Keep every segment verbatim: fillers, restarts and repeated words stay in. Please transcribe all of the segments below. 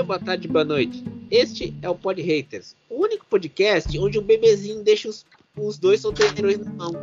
boa tarde, boa noite. Este é o Pod Haters, o único podcast onde um bebezinho deixa os, os dois solteirões na mão.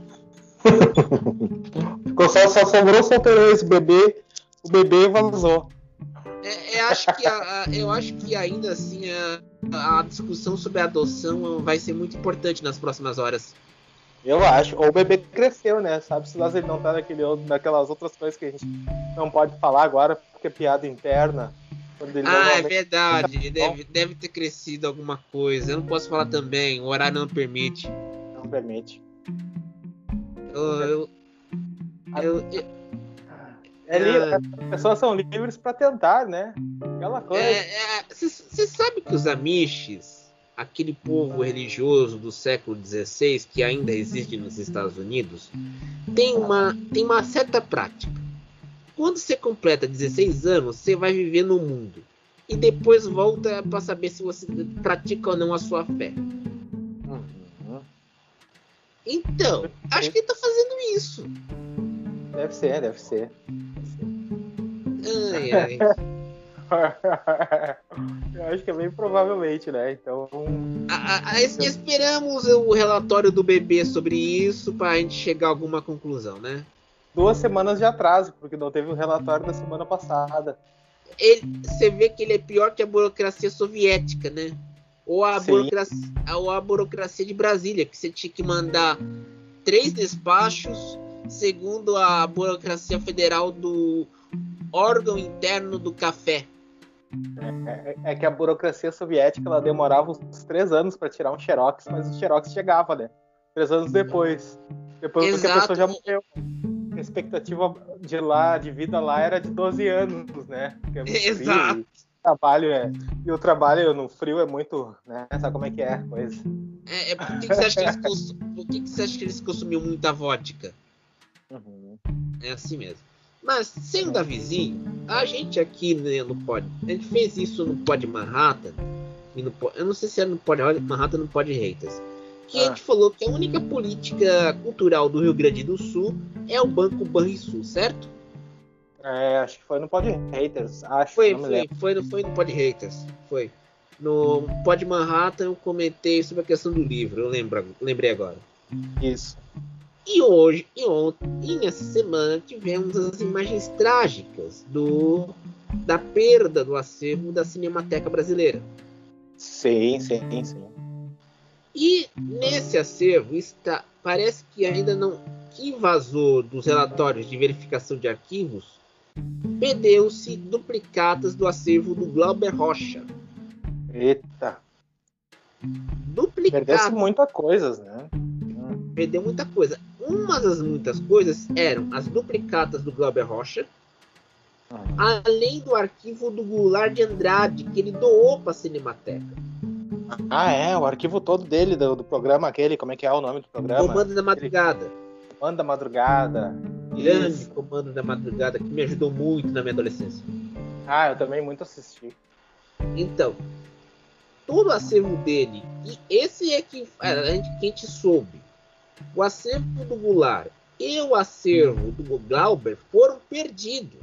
Ficou só, só sobrou solteirões, o bebê, o bebê vazou. É, eu, acho que a, a, eu acho que ainda assim a, a discussão sobre a adoção vai ser muito importante nas próximas horas. Eu acho. Ou o bebê cresceu, né? Sabe-se lá se ele não tá naquele, naquelas outras coisas que a gente não pode falar agora, porque é piada interna. Ah, é verdade. Deve, deve ter crescido alguma coisa. Eu não posso falar também. O horário não permite. Não permite. Eu... eu, eu, eu é livre, ah, as pessoas são livres para tentar, né? Aquela coisa. Você é, é, sabe que os Amishes, aquele povo religioso do século dezesseis que ainda existe nos Estados Unidos, tem uma, tem uma certa prática. Quando você completa dezesseis anos, você vai viver no mundo. E depois volta para saber se você pratica ou não a sua fé. Uhum. Então, acho que ele tá fazendo isso. Deve ser, deve ser. Ai, ai. Eu acho que é bem provavelmente, né? Então. A, a, esperamos o relatório do bebê sobre isso pra gente chegar a alguma conclusão, né? Duas semanas de atraso, porque não teve o um relatório da semana passada. Ele, você vê que ele é pior que a burocracia soviética, né? Ou a, burocracia, ou a burocracia de Brasília, que você tinha que mandar três despachos, segundo a burocracia federal do órgão interno do café. É, é, é que a burocracia soviética ela demorava uns três anos para tirar um xerox, mas o xerox chegava, né? Três anos depois. Depois Exato. Porque a pessoa já morreu. A expectativa de lá, de vida lá, era de doze anos, né? É Exato. Frio, e, trabalho é, e o trabalho no frio é muito, né? Sabe como é que é a coisa? É, é, por que, que, você acha que eles cons... por que, que você acha que eles consumiam muita vodka? Uhum. É assim mesmo. Mas, sendo da vizinho, a gente aqui né, no Pod, a gente fez isso no Pod Manhattan, e no, eu não sei se era no Pod Manhattan ou no Pod Haters, que ah. a gente falou que a única política cultural do Rio Grande do Sul é o Banco Banrisul, certo? É, acho que foi no Pod Haters, acho. Foi, não me foi, foi, no, foi no Pod Haters, foi. No Pod Manhattan eu comentei sobre a questão do livro, eu lembro, lembrei agora. Isso. E hoje, e ontem, e nessa semana, tivemos as imagens trágicas do, da perda do acervo da Cinemateca Brasileira. Sim, sim, sim. E nesse acervo está, parece que ainda não, que vazou dos relatórios de verificação de arquivos, perdeu-se duplicatas do acervo do Glauber Rocha. Eita. Duplicatas. Perdeu-se muitas coisas, né? Perdeu muita coisa. Uma das muitas coisas eram as duplicatas do Glauber Rocha, uhum. além do arquivo do Goulart de Andrade, que ele doou para a Cinemateca. Ah, é? O arquivo todo dele, do, do programa aquele, como é que é o nome do programa? Comando da Madrugada. Comando da Madrugada. Grande Isso. Comando da Madrugada, que me ajudou muito na minha adolescência. Ah, eu também muito assisti. Então, todo o acervo dele, e esse é que a gente, que a gente soube, o acervo do Goulart e o acervo do Glauber foram perdidos.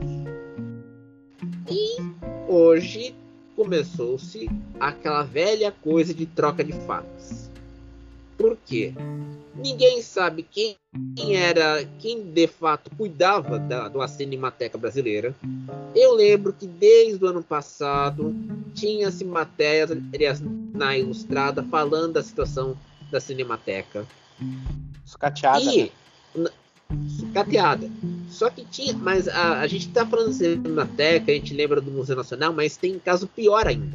E hoje começou-se aquela velha coisa de troca de facas. Por quê? Ninguém sabe quem era, quem de fato cuidava da, da Cinemateca Brasileira. Eu lembro que desde o ano passado tinha-se matérias na Ilustrada falando da situação da Cinemateca. Sucateada. E, né? Sucateada. Só que tinha, mas a, a gente tá falando de Cinemateca, a gente lembra do Museu Nacional, mas tem um caso pior ainda.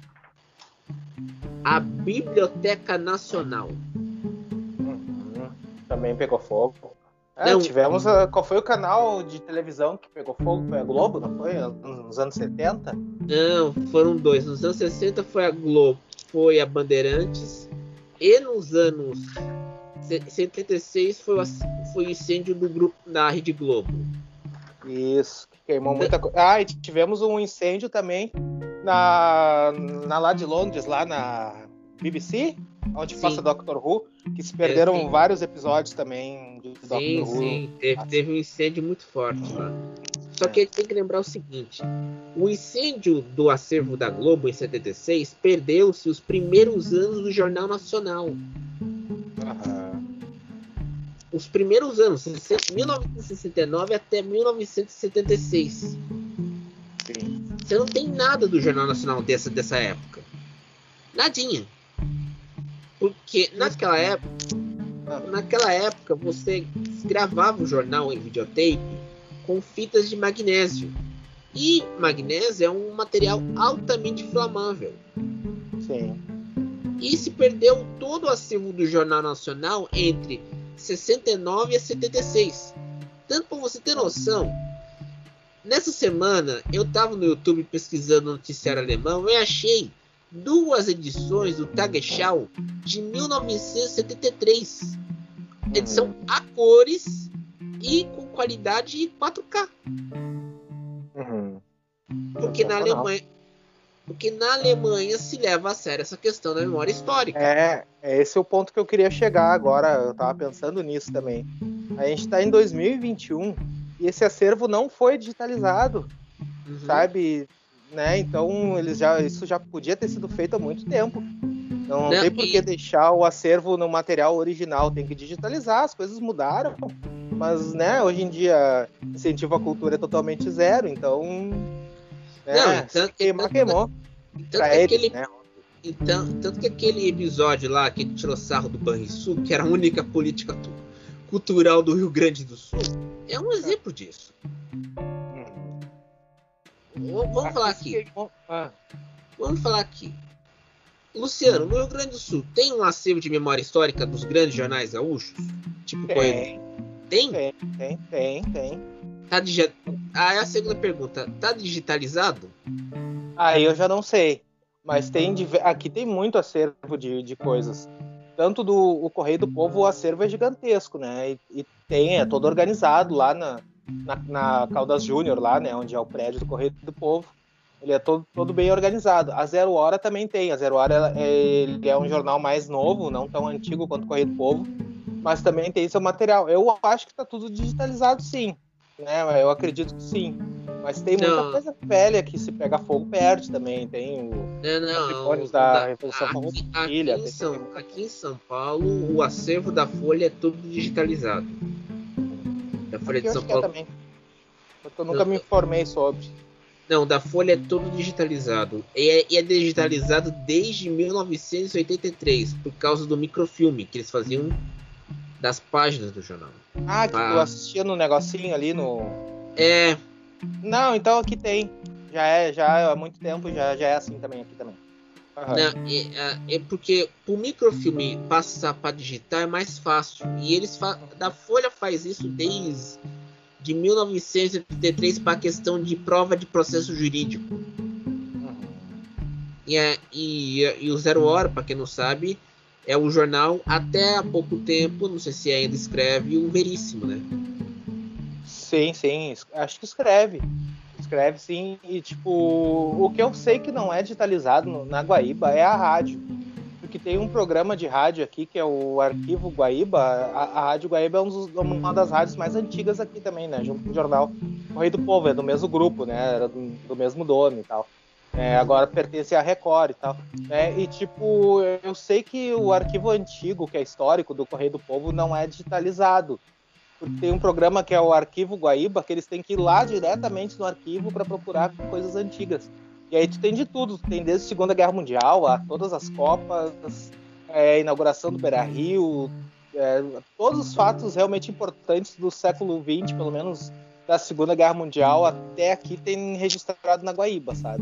A Biblioteca Nacional. Uhum. Também pegou fogo. É, não, tivemos a, qual foi o canal de televisão que pegou fogo? Foi a Globo, não foi? Nos anos setenta? Não, foram dois. Nos anos sessenta foi a Globo, foi a Bandeirantes, e nos anos setenta e seis foi o, foi o incêndio do grupo da Rede Globo. Isso, que queimou muita coisa. Ah, e tivemos um incêndio também na, na lá de Londres, lá na B B C, onde sim. passa Doctor Who, que se perderam é, vários episódios também de sim, Doctor Who. Sim, sim, teve, teve um incêndio muito forte lá. Só é. que a gente tem que lembrar o seguinte: o incêndio do acervo da Globo em setenta e seis perdeu-se os primeiros anos do Jornal Nacional. Uhum. Os primeiros anos, mil novecentos e sessenta e nove até mil novecentos e setenta e seis. Sim. Você não tem nada do Jornal Nacional dessa, dessa época. Nadinha. Porque naquela época, naquela época você gravava o jornal em videotape com fitas de magnésio. E magnésio é um material altamente inflamável. Sim. E se perdeu todo o acervo do Jornal Nacional entre sessenta e nove e setenta e seis. Tanto para você ter noção, nessa semana eu estava no YouTube pesquisando noticiário alemão e achei duas edições do Tagesschau de mil novecentos e setenta e três. Edição a cores e com qualidade quatro K. Uhum. Porque na Alemanha, porque na Alemanha se leva a sério essa questão da memória histórica. É, esse é o ponto que eu queria chegar agora. Eu tava pensando nisso também. A gente está em dois mil e vinte e um e esse acervo não foi digitalizado, uhum. sabe? Né? Então eles já, isso já podia ter sido feito há muito tempo. Não, não tem por que e... deixar o acervo no material original, tem que digitalizar, as coisas mudaram. Mas, né, hoje em dia, incentivo à cultura é totalmente zero, então... Né, não, então, queimar, então, queimou. Então, pra eles, aquele, né? Então, tanto que aquele episódio lá que tirou sarro do Banrisul, que era a única política tu, cultural do Rio Grande do Sul, é um exemplo disso. Hum. Vamos ah, falar aqui. Que... Ah. Vamos falar aqui. Luciano, no Rio Grande do Sul, tem um acervo de memória histórica dos grandes jornais gaúchos? Tipo, tem. Tem? Tem, tem, tem, tem. Tá digi... Ah, é a segunda pergunta. Tá digitalizado? Aí eu já não sei. Mas tem aqui tem muito acervo de, de coisas. Tanto do o Correio do Povo, o acervo é gigantesco, né? E, e tem, é todo organizado lá na, na, na Caldas Júnior, lá, né? Onde é o prédio do Correio do Povo. Ele é todo, todo bem organizado. A Zero Hora também tem. A Zero Hora é, ele é um jornal mais novo, não tão antigo quanto o Correio do Povo, mas também tem seu material. Eu acho que está tudo digitalizado, sim. Né? Eu acredito que sim. Mas tem muita não. coisa velha que se pega fogo perde também. Tem o não, não, não, da, da Revolução Farroupilha. Aqui, aqui, em São, aqui em São Paulo, o acervo da Folha é tudo digitalizado. Da Folha aqui de São Paulo. É também. Porque eu nunca não, me informei sobre. Não, da Folha é todo digitalizado. E é, e é digitalizado desde mil novecentos e oitenta e três, por causa do microfilme que eles faziam das páginas do jornal. Ah, que ah. tu assistia no negocinho ali no... É. Não, então aqui tem. Já é, já há muito tempo, já, já é assim também aqui também. Uhum. Não, é, é porque o microfilme passar para digitar é mais fácil. E eles fa... da Folha faz isso desde de mil novecentos e oitenta e três para a questão de prova de processo jurídico. Uhum. E, é, e, e o Zero Hora, para quem não sabe, é o jornal até há pouco tempo, não sei se ainda escreve, o Veríssimo, né? Sim, sim, acho que escreve. Escreve sim, e tipo, o que eu sei que não é digitalizado no, na Guaíba é a rádio. Porque tem um programa de rádio aqui que é o Arquivo Guaíba. A, a Rádio Guaíba é um dos, uma das rádios mais antigas aqui também, né? Junto com o jornal Correio do Povo, é do mesmo grupo, né? Era do, do mesmo dono e tal. É, agora pertence à Record e tal. É, e tipo, eu sei que o arquivo antigo, que é histórico do Correio do Povo, não é digitalizado. Porque tem um programa que é o Arquivo Guaíba, que eles têm que ir lá diretamente no arquivo para procurar coisas antigas. E aí tu tem de tudo, tu tem desde a Segunda Guerra Mundial, a todas as Copas, é, a inauguração do Beira-Rio, é, todos os fatos realmente importantes do século vinte, pelo menos da Segunda Guerra Mundial, até aqui tem registrado na Guaíba, sabe?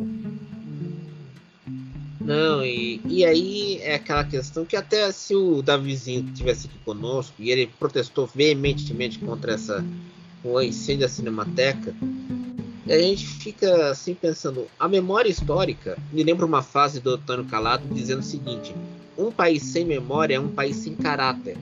Não, e, e aí é aquela questão que até se o Davizinho estivesse aqui conosco e ele protestou veementemente contra essa, o incêndio da Cinemateca, e a gente fica assim pensando, a memória histórica me lembra uma frase do Antônio Calado dizendo o seguinte: um país sem memória é um país sem caráter.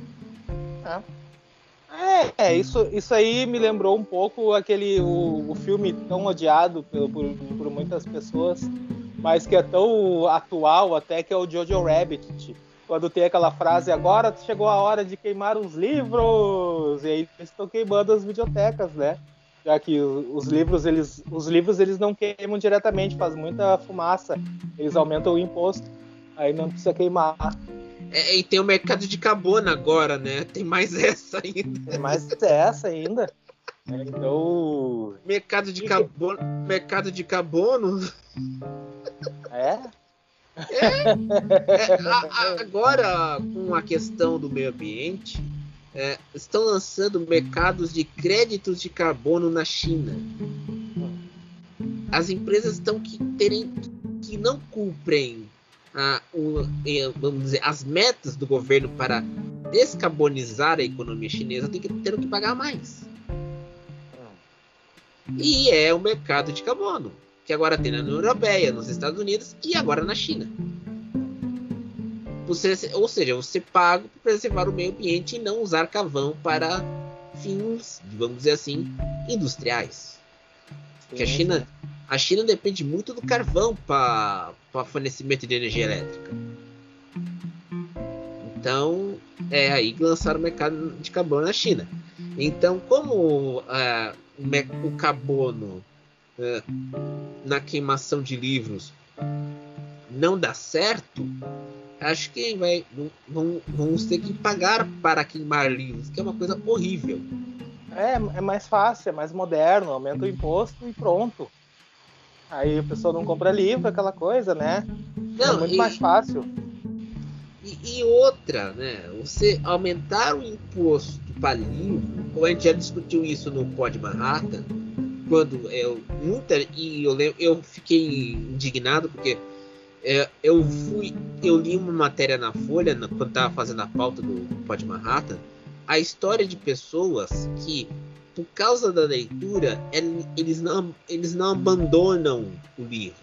É, é isso, isso aí me lembrou um pouco aquele o, o filme tão odiado por, por, por muitas pessoas, mas que é tão atual até, que é o Jojo Rabbit, quando tem aquela frase: agora chegou a hora de queimar os livros, e aí eles estão queimando as bibliotecas, né? Já que os livros, eles, os livros eles não queimam diretamente, faz muita fumaça. Eles aumentam o imposto. Aí não precisa queimar. É, e tem o mercado de carbono agora, né? Tem mais essa ainda. Tem mais essa ainda. É, então. Mercado de carbono. Mercado de carbono. É? É, é a, a, agora, com a questão do meio ambiente, é, estão lançando mercados de créditos de carbono na China. As empresas estão que terem que não cumprem a, o, vamos dizer, as metas do governo para descarbonizar a economia chinesa, têm que ter que pagar mais. E é o mercado de carbono, que agora tem na União Europeia, nos Estados Unidos e agora na China. Você, ou seja, você paga para preservar o meio ambiente e não usar carvão para fins, vamos dizer assim, industriais. Porque a China, a China depende muito do carvão para fornecimento de energia elétrica. Então, é aí que lançaram o mercado de carbono na China. Então, como uh, o, o carbono uh, na queimação de livros não dá certo, acho que vai, vão, vamos ter que pagar para queimar livros, que é uma coisa horrível. É, é mais fácil, é mais moderno, aumenta o imposto e pronto. Aí a pessoa não compra livro, aquela coisa, né? Não, é muito e, mais fácil. E, e outra, né? Você aumentar o imposto para livro, como a gente já discutiu isso no Pod Manhattan, quando eu muita e eu lembro, eu fiquei indignado porque é, eu fui, eu li uma matéria na Folha na, quando estava fazendo a pauta do Pod Manhattan, a história de pessoas que por causa da leitura, eles não, eles não abandonam o livro.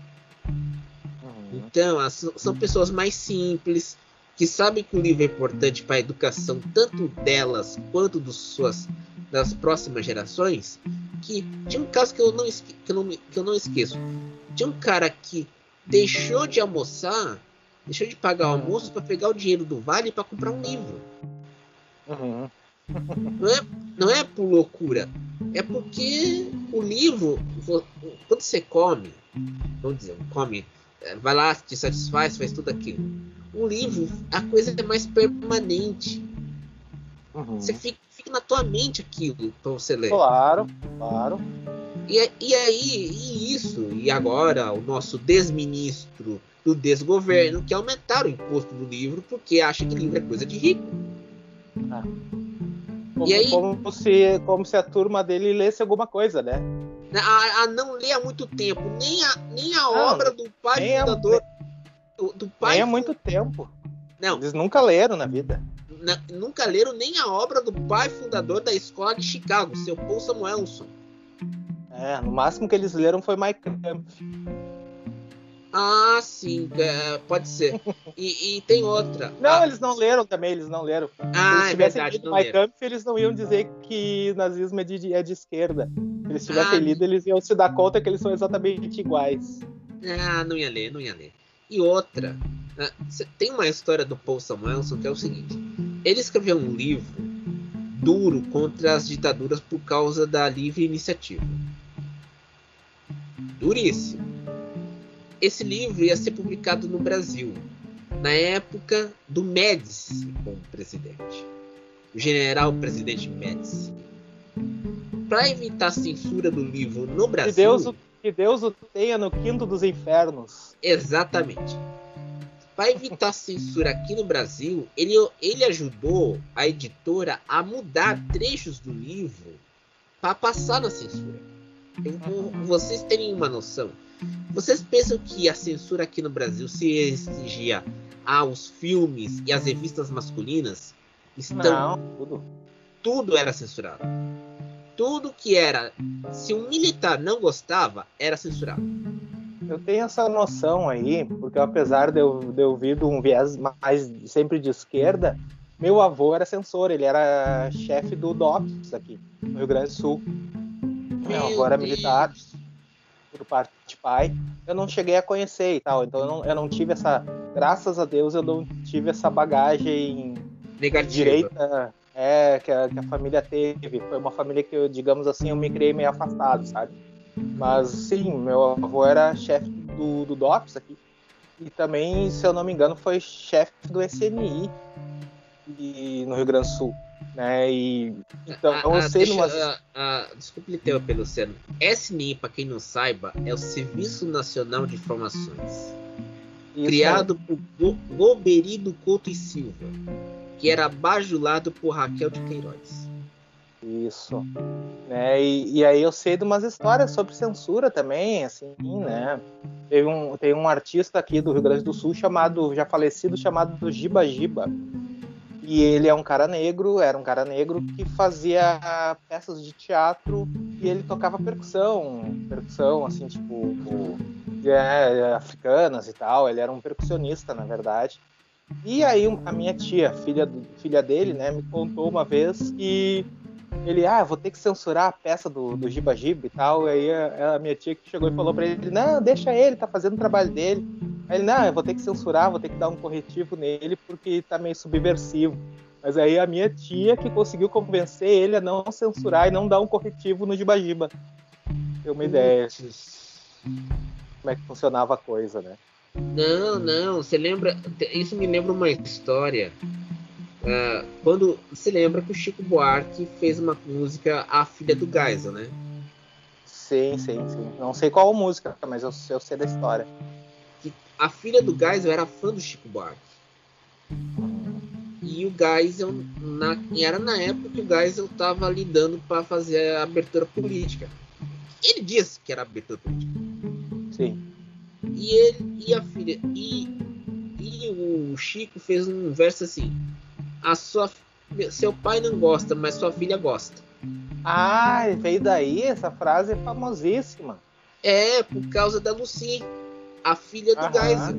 Uhum. Então, as, são pessoas mais simples, que sabem que o livro é importante para a educação, tanto delas quanto dos suas, das próximas gerações. Que tinha um caso que eu não, esque, que eu não, que eu não esqueço. Tinha um cara que deixou de almoçar, deixou de pagar o almoço para pegar o dinheiro do vale para comprar um livro. Uhum. Não é, não é por loucura, é porque o livro, quando você come, vamos dizer, come, vai lá, te satisfaz, faz tudo aquilo. O livro, a coisa é mais permanente. Uhum. Você fica, fica na tua mente aquilo para você ler. Claro, claro. E, e aí, e isso, e agora o nosso desministro do desgoverno quer aumentar o imposto do livro porque acha que livro é coisa de rico. Ah. Como, e aí, como, se, como se a turma dele lesse alguma coisa, né? A, a não ler há muito tempo, nem a, nem a não, obra do pai fundador. É, do, do pai nem há muito tempo. Não. Eles nunca leram na vida. Na, nunca leram nem a obra do pai fundador da escola de Chicago, seu Paul Samuelson. É, no máximo que eles leram foi Mein Kampf. Ah, sim, é, pode ser. E, e tem outra. Não, ah. eles não leram também, eles não leram. Ah, se eles tivessem é verdade, lido Mein Kampf, eles não iam dizer que nazismo é de, é de esquerda. Se eles tivessem ah, lido, eles iam se dar conta que eles são exatamente iguais. Ah, não ia ler, não ia ler. E outra, tem uma história do Paul Samuelson que é o seguinte. Ele escreveu um livro duro contra as ditaduras por causa da livre iniciativa. Duríssimo. Esse livro ia ser publicado no Brasil, na época do Médici como presidente. O general presidente Médici. Para evitar a censura do livro no Brasil... Que Deus, o, que Deus o tenha no quinto dos infernos. Exatamente. Para evitar a censura aqui no Brasil, ele, ele ajudou a editora a mudar trechos do livro para passar na censura. Eu, vocês terem uma noção. Vocês pensam que a censura aqui no Brasil se restringia aos filmes e às revistas masculinas? Estão... Não, tudo. Tudo era censurado. Tudo que era... Se um militar não gostava, era censurado. Eu tenho essa noção aí, porque apesar de eu, de eu vir de um viés mais sempre de esquerda, meu avô era censor, ele era chefe do D O P S aqui, no Rio Grande do Sul. Meu avô era militar, por parte de pai. Eu não cheguei a conhecer e tal, então eu não, eu não tive essa... Graças a Deus eu não tive essa bagagem negativa. Direita, é, que, a, que a família teve. Foi uma família que, eu, digamos assim, eu me criei meio afastado, sabe? Mas, sim, meu avô era chefe do, do DOPS aqui. E também, se eu não me engano, foi chefe do S N I e, no Rio Grande do Sul. Né? E, então, Ah, eu ah, sei deixa, numas... ah, ah, desculpe lhe interromper, Luciano. S N I, para quem não saiba, é o Serviço Nacional de Informações, Isso aí. criado por Go Goberido Couto e Silva, que era bajulado por Raquel de Queiroz. Isso. Né? E, e aí eu sei de umas histórias sobre censura também, assim, né? Tem um, tem um artista aqui do Rio Grande do Sul chamado, já falecido, chamado Giba Giba. E ele é um cara negro, era um cara negro que fazia peças de teatro e ele tocava percussão, percussão, assim, tipo, é, africanas e tal. Ele era um percussionista, na verdade. E aí a minha tia, filha, do, filha dele, né, me contou uma vez que ele, ah, vou ter que censurar a peça do, do Giba Giba e tal. E aí a, a minha tia que chegou e falou pra ele, não, deixa ele, tá fazendo o trabalho dele. Aí ele, não, eu vou ter que censurar, vou ter que dar um corretivo nele porque tá meio subversivo. Mas aí a minha tia que conseguiu convencer ele a não censurar e não dar um corretivo no Giba Giba. Ter uma ideia como é que funcionava a coisa, né? Não, não, você lembra? Isso me lembra uma história. Uh, quando você lembra que o Chico Buarque fez uma música A Filha do Geisel, né? Sim, sim, sim. Não sei qual música, mas eu, eu sei da história. Que a filha do Geisel era fã do Chico Buarque. E o Geisel, na, era na época que o Geisel estava lidando para fazer a abertura política. Ele disse que era abertura política. Sim. E ele e a filha. E, e o Chico fez um verso assim: a sua, seu pai não gosta, mas sua filha gosta. Ah, veio daí? Essa frase é famosíssima. É, por causa da Lucy, a filha do Geisel.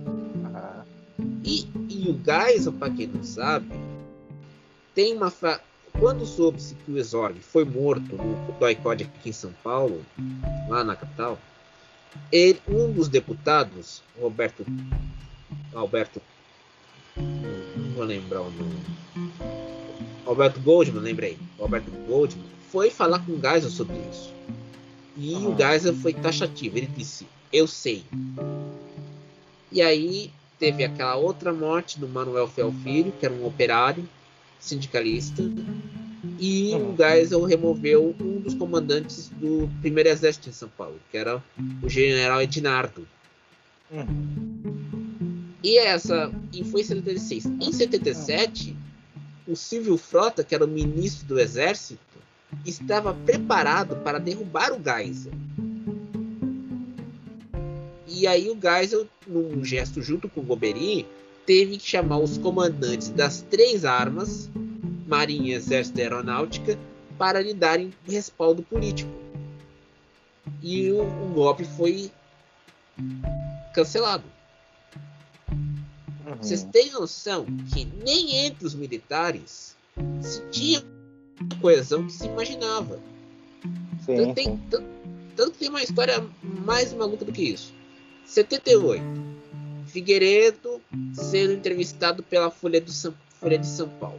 E, e o Geisel, para quem não sabe, tem uma fra... Quando soube-se que o Herzog foi morto no doicode aqui em São Paulo, lá na capital, ele, um dos deputados, Roberto, Alberto, não vou lembrar o nome, Alberto Goldman, lembrei, Alberto Goldman, foi falar com o Geisel sobre isso. E uhum. o Geisel foi taxativo, ele disse, eu sei. E aí teve aquela outra morte do Manuel Fel Filho, que era um operário sindicalista, e uhum. o Geisel removeu um dos comandantes do primeiro exército em São Paulo, que era o general Ednardo. Uhum. E essa, e foi em setenta e seis. Em setenta e sete, o Silvio Frota, que era o ministro do exército, estava preparado para derrubar o Geisel. E aí o Geisel, num gesto junto com o Goberi, teve que chamar os comandantes das três armas, Marinha, Exército e Aeronáutica, para lhe darem respaldo político. E o, o golpe foi cancelado. Uhum. Vocês têm noção que nem entre os militares se tinha a coesão que se imaginava. Sim, tanto, tem, tanto, tanto que tem uma história mais maluca do que isso. setenta e oito, Figueiredo sendo entrevistado pela Folha, do São, Folha de São Paulo.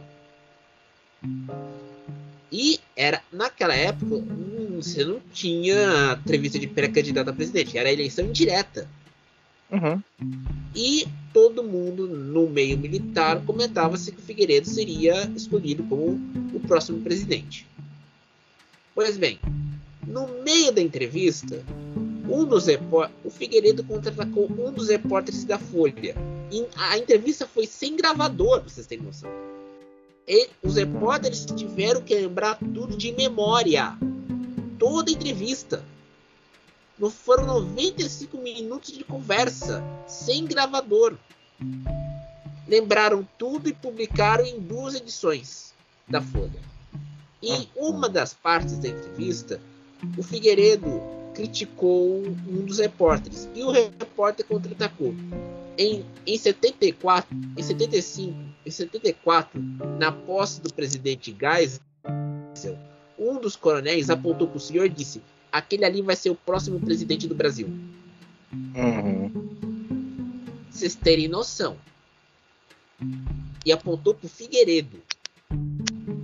E era, naquela época, você não tinha entrevista de pré-candidato a presidente, era eleição indireta. Uhum. E todo mundo no meio militar comentava-se que o Figueiredo seria escolhido como o próximo presidente. Pois bem, no meio da entrevista, um dos repórteres, o Figueiredo contra-atacou um dos repórteres da Folha. E a entrevista foi sem gravador, pra vocês terem noção. E os repórteres tiveram que lembrar tudo de memória. Toda a entrevista. Foram noventa e cinco minutos de conversa, sem gravador. Lembraram tudo e publicaram em duas edições da Folha. Em uma das partes da entrevista, o Figueiredo criticou um dos repórteres e o repórter contra-atacou. Em, em setenta e quatro, em setenta e cinco, em setenta e quatro, na posse do presidente Geisel, um dos coronéis apontou para o senhor e disse: aquele ali vai ser o próximo presidente do Brasil. Uhum. Vocês terem noção. E apontou para o Figueiredo.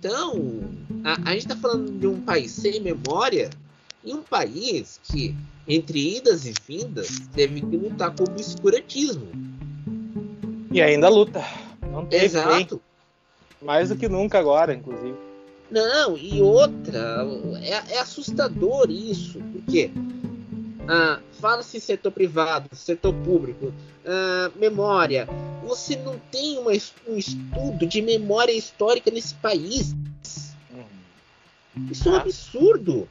Então, a, a gente está falando de um país sem memória e um país que, entre idas e vindas, teve que lutar contra o obscurantismo. E ainda luta. Não teve Exato. Bem. Mais do que nunca agora, inclusive. Não, e outra, é, é assustador isso, porque ah, fala-se setor privado, setor público, ah, memória. Você não tem uma, um estudo de memória histórica nesse país. Isso é um absurdo.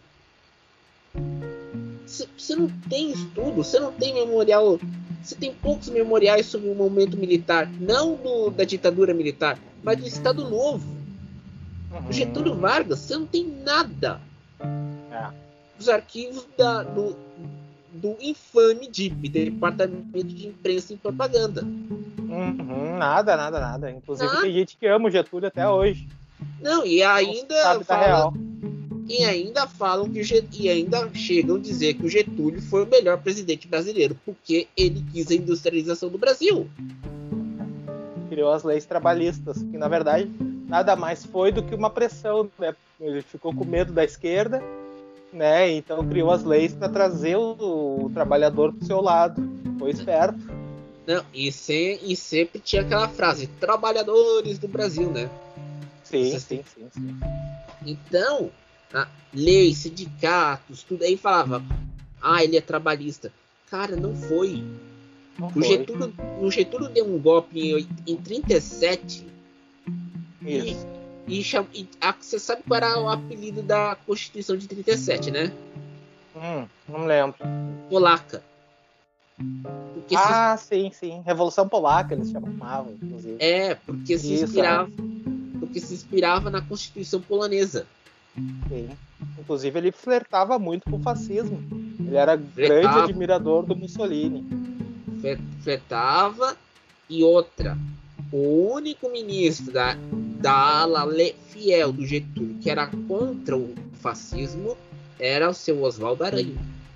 Você não tem estudo, você não tem memorial. Você tem poucos memoriais sobre o momento militar, não do, da ditadura militar, mas do Estado Novo. Uhum. O Getúlio Vargas, você não tem nada. É. Os arquivos da, do, do infame D I P, Departamento de Imprensa e Propaganda. Uhum, nada, nada, nada. Inclusive nada. Tem gente que ama o Getúlio até hoje. Não, e ainda não fala, real. E ainda falam que o Getúlio, e ainda chegam a dizer que o Getúlio foi o melhor presidente brasileiro, porque ele quis a industrialização do Brasil. Criou as leis trabalhistas, que na verdade nada mais foi do que uma pressão, né? Ele ficou com medo da esquerda, né? Então criou as leis para trazer o, o trabalhador pro seu lado. Foi esperto. Não, e, se, e sempre tinha aquela frase, trabalhadores do Brasil, né? Sim, sim, sim, sim. Então, a lei, sindicatos, tudo aí falava, ah, ele é trabalhista. Cara, não foi. Não o, foi. Getúlio, o Getúlio deu um golpe em, em trinta e sete. Isso. E, e, e a, você sabe qual era o apelido da Constituição de trinta e sete, né? Hum, não lembro. Polaca. Porque ah, se... sim, sim. Revolução Polaca eles chamavam, inclusive. É, porque se Isso, inspirava, é. porque se inspirava na Constituição polonesa. Sim. Inclusive ele flertava muito com o fascismo. Ele era flertava, grande admirador do Mussolini. Flertava e outra. O único ministro da, da ala fiel do Getúlio que era contra o fascismo era o seu Oswaldo Aranha.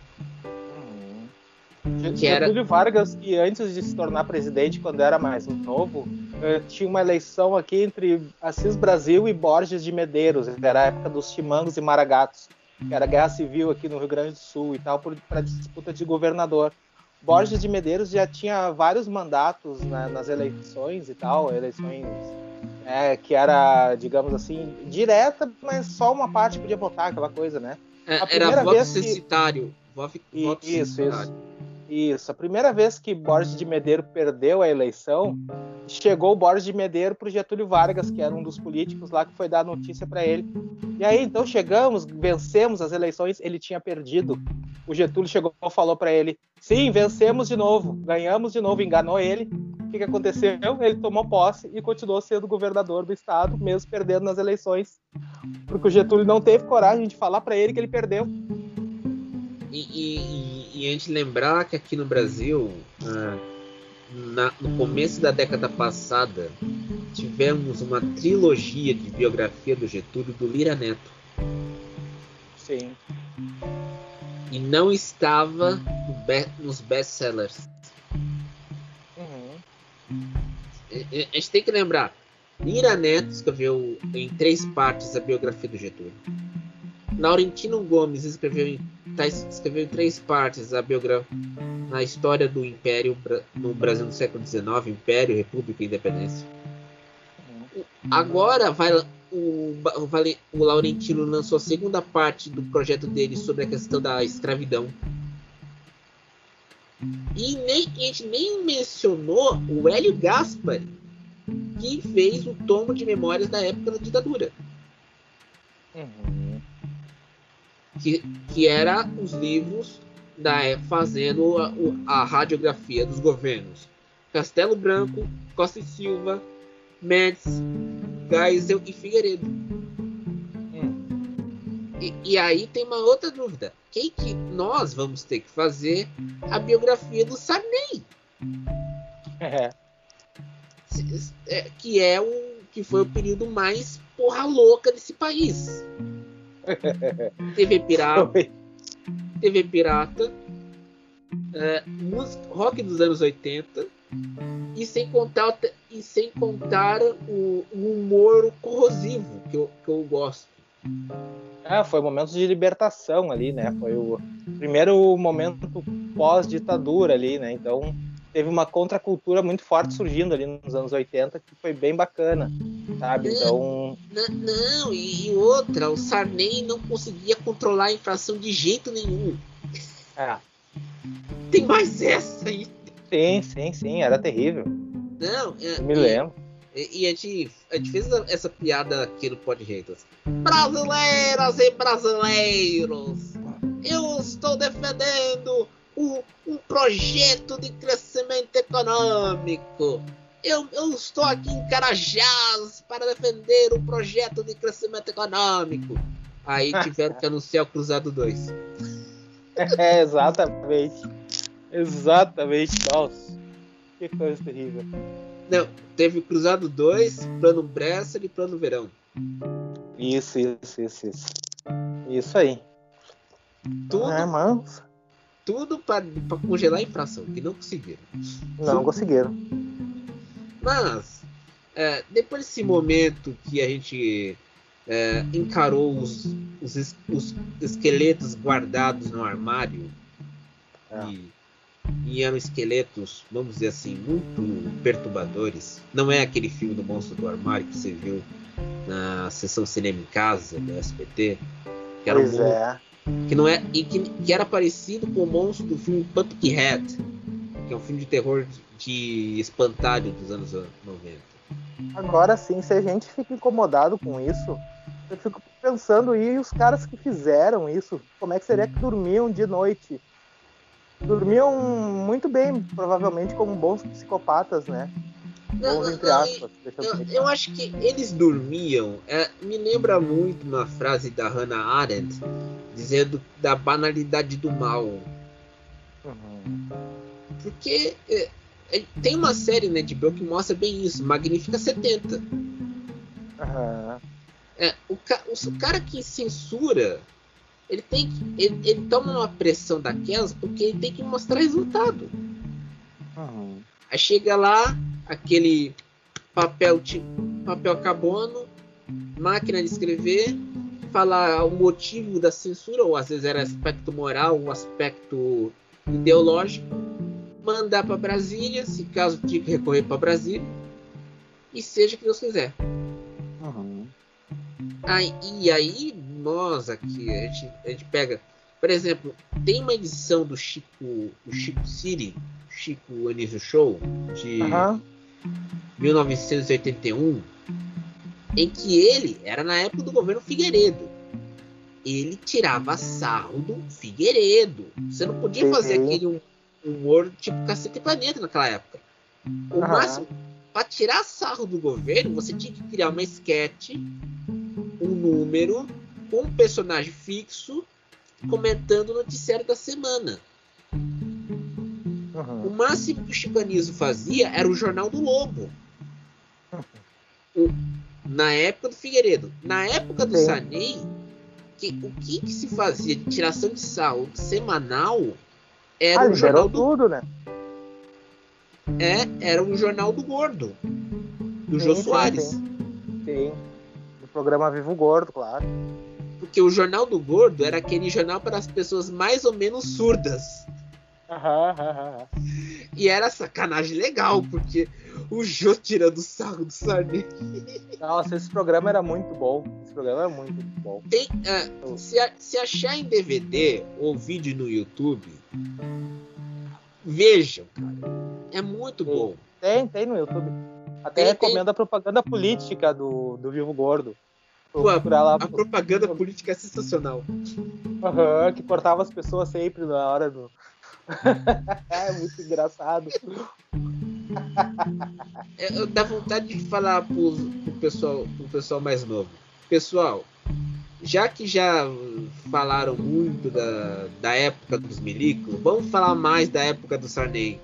Que Getúlio era... Vargas, que antes de se tornar presidente, quando era mais novo, tinha uma eleição aqui entre Assis Brasil e Borges de Medeiros. Era a época dos chimangos e maragatos, que era guerra civil aqui no Rio Grande do Sul e tal, para disputa de governador. Borges de Medeiros já tinha vários mandatos, né, nas eleições e tal, eleições é, que era, digamos assim, direta, mas só uma parte podia votar, aquela coisa, né? É, era voto censitário. Que... Voto isso, censitário. isso. Isso, a primeira vez que Borges de Medeiros perdeu a eleição, chegou o Borges de Medeiros para o Getúlio Vargas, que era um dos políticos lá que foi dar a notícia para ele. E aí, então, chegamos, vencemos as eleições, ele tinha perdido. O Getúlio chegou e falou para ele, sim, vencemos de novo, ganhamos de novo, enganou ele. O que, que aconteceu? Ele tomou posse e continuou sendo governador do estado, mesmo perdendo nas eleições. Porque o Getúlio não teve coragem de falar para ele que ele perdeu. E, e, e a gente lembrar que aqui no Brasil, ah, na, no começo da década passada, tivemos uma trilogia de biografia do Getúlio do Lira Neto. Sim. E não estava no be- nos best-sellers. Uhum. A, a gente tem que lembrar, Lira Neto escreveu em três partes a biografia do Getúlio. Laurentino Gomes escreveu em, tá, escreveu em três partes a biografia, a história do Império no Brasil no século dezenove, Império, República e Independência. Agora vai, o, o, o Laurentino lançou a segunda parte do projeto dele sobre a questão da escravidão. E nem, a gente nem mencionou o Hélio Gaspari, que fez o tomo de memórias da época da ditadura. Uhum. Que, que era os livros da, fazendo a, a radiografia dos governos Castelo Branco, Costa e Silva, Médici, Geisel e Figueiredo. Hum. E, e aí tem uma outra dúvida: quem que nós vamos ter que fazer a biografia do Sarney? É. Que é o que foi o período mais porra louca desse país. T V pirata, T V pirata, é, música, rock dos anos oitenta, e sem contar, e, sem contar o, o humor corrosivo que eu, que eu gosto. Ah, foi um momento de libertação ali, né? Foi o primeiro momento pós-ditadura ali, né? Então teve uma contracultura muito forte surgindo ali nos anos oitenta, que foi bem bacana, sabe? Então... Não, não e, e outra, o Sarney não conseguia controlar a inflação de jeito nenhum. É. Tem mais essa aí. Sim, sim, sim, era terrível. Não, é, Eu me lembro. E, e a, gente, a gente fez essa piada aqui no Podhaters. Brasileiras e brasileiros, eu estou defendendo um, um projeto de crescimento econômico. Eu, eu estou aqui em Carajás para defender um projeto de crescimento econômico. Aí tiveram que anunciar o Cruzado dois. É, exatamente. Exatamente, nossa. Que coisa terrível. Não, teve o Cruzado dois, Plano Bresser e Plano Verão. Isso, isso, isso, isso. Isso aí. Tudo, é, mas... tudo para congelar a inflação, que não conseguiram. Não conseguiram. Mas, é, depois desse momento que a gente é, encarou os, os, os esqueletos guardados no armário, é. e, e eram esqueletos, vamos dizer assim, muito perturbadores. Não é aquele filme do Monstro do Armário que você viu na sessão Cinema em Casa, da S B T, que era, pois um, é. que, não é, e que, que era parecido com o monstro do filme Pumpkinhead, que é um filme de terror de espantalho dos anos noventa. Agora sim, se a gente fica incomodado com isso, eu fico pensando, e os caras que fizeram isso, como é que seria que dormiam de noite? Dormiam muito bem, provavelmente como bons psicopatas, né? Não, bons, entre não, aspas. Eu, eu, eu acho que eles dormiam. É, me lembra muito uma frase da Hannah Arendt dizendo da banalidade do mal. Uhum. Porque é, é, tem uma série na H B O que mostra bem isso, Magnífica setenta. Uhum. É, o, o, o cara que censura, ele tem que, ele, ele toma uma pressão daquelas porque ele tem que mostrar resultado. Uhum. Aí chega lá, aquele papel tipo, papel carbono, máquina de escrever, falar o motivo da censura, ou às vezes era aspecto moral, um aspecto ideológico, mandar para Brasília, se caso tinha que recorrer para Brasília, e seja o que Deus quiser. Uhum. Aí, e aí nós aqui, a gente, a gente pega, por exemplo, tem uma edição do Chico, do Chico City, Chico Anísio Show, de uhum. mil novecentos e oitenta e um, em que ele era na época do governo Figueiredo. Ele tirava sarro do Figueiredo. Você não podia fazer uhum. aquele humor tipo Cacete e Planeta naquela época. O uhum. máximo, para tirar sarro do governo, você tinha que criar uma esquete, um número, com um personagem fixo comentando o noticiário da semana. Uhum. O máximo que o Chico Anísio fazia era o Jornal do Lobo. O, na época do Figueiredo. Na época do Sim. Sarney, que, o que, que se fazia de tiração de sarro semanal era ah, o Jornal do... tudo, né? É, era o Jornal do Gordo. Do Jô Soares. Sim, sim. Do programa Vivo Gordo, claro. Porque o Jornal do Gordo era aquele jornal para as pessoas mais ou menos surdas. Aham, aham. E era sacanagem legal, porque o Jô tirando o sarro do Sarney. Nossa, esse programa era muito bom. Esse programa era muito, muito bom. Tem, uh, se, a, se achar em D V D ou vídeo no YouTube, vejam, cara. É muito tem, bom. Tem, tem no YouTube. Até tem, recomendo tem... a propaganda política do, do Vivo Gordo. Pô, a, lá... a propaganda política é sensacional. Uhum, que cortava as pessoas sempre na hora do... É muito engraçado. Eu dá vontade de falar pro, pro, pessoal, pro pessoal mais novo. Pessoal, já que já falaram muito da, da época dos milicos, vamos falar mais da época do Sarney.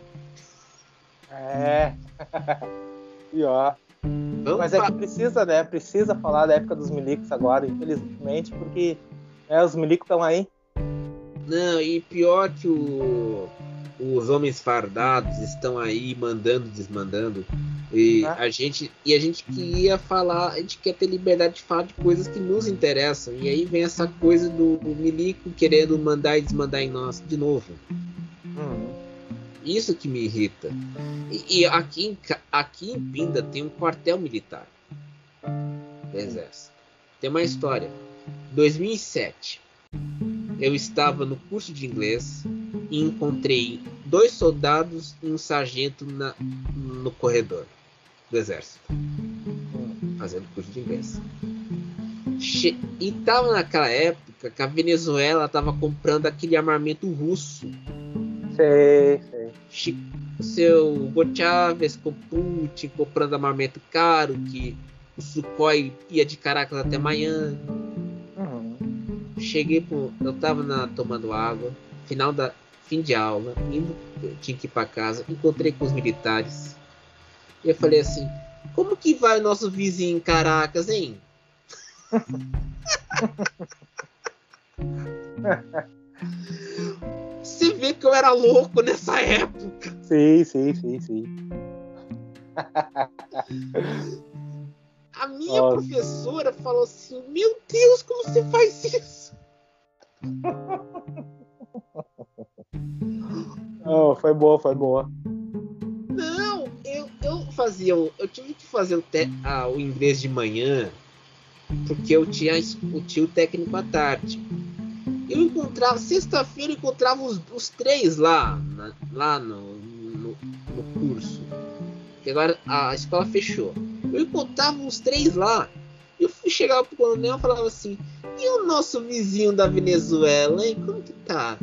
É. E ó. Vamos Mas é que precisa, né? Precisa falar da época dos milicos agora, infelizmente, porque né, os milicos estão aí. Não, e pior que o, os homens fardados estão aí mandando, desmandando. E Ah. a gente e a gente queria falar, a gente quer ter liberdade de falar de coisas que nos interessam. E aí vem essa coisa do, do milico querendo mandar e desmandar em nós de novo. Hum. Isso que me irrita. E, e aqui, em, aqui em Pinda tem um quartel militar do Exército. Tem uma história. dois mil e sete, eu estava no curso de inglês e encontrei dois soldados e um sargento na, no corredor do Exército, fazendo curso de inglês. Che- e estava naquela época que a Venezuela estava comprando aquele armamento russo. Sei, sei. Chi- Seu Hugo Chávez com Putin comprando armamento caro, que o Sukhoi ia de Caracas até Miami. Uhum. Cheguei pro, eu tava na, tomando água, final da fim de aula, indo, eu tinha que ir para casa, encontrei com os militares. E eu falei assim: como que vai o nosso vizinho em Caracas, hein? Você vê que eu era louco nessa época. Sim, sim, sim, sim. A minha Nossa. professora falou assim: meu Deus, como você faz isso? Oh, foi boa, foi boa. Não, eu, eu fazia, o- eu tive que fazer o, te, ah, o inglês de manhã, porque eu tinha o tio técnico à tarde. Eu encontrava, sexta-feira eu encontrava os, os três lá, na, lá no, no, no curso. Que agora a escola fechou. Eu encontrava os três lá. Eu fui chegar pro coronel e falava assim: e o nosso vizinho da Venezuela, hein? Como que tá?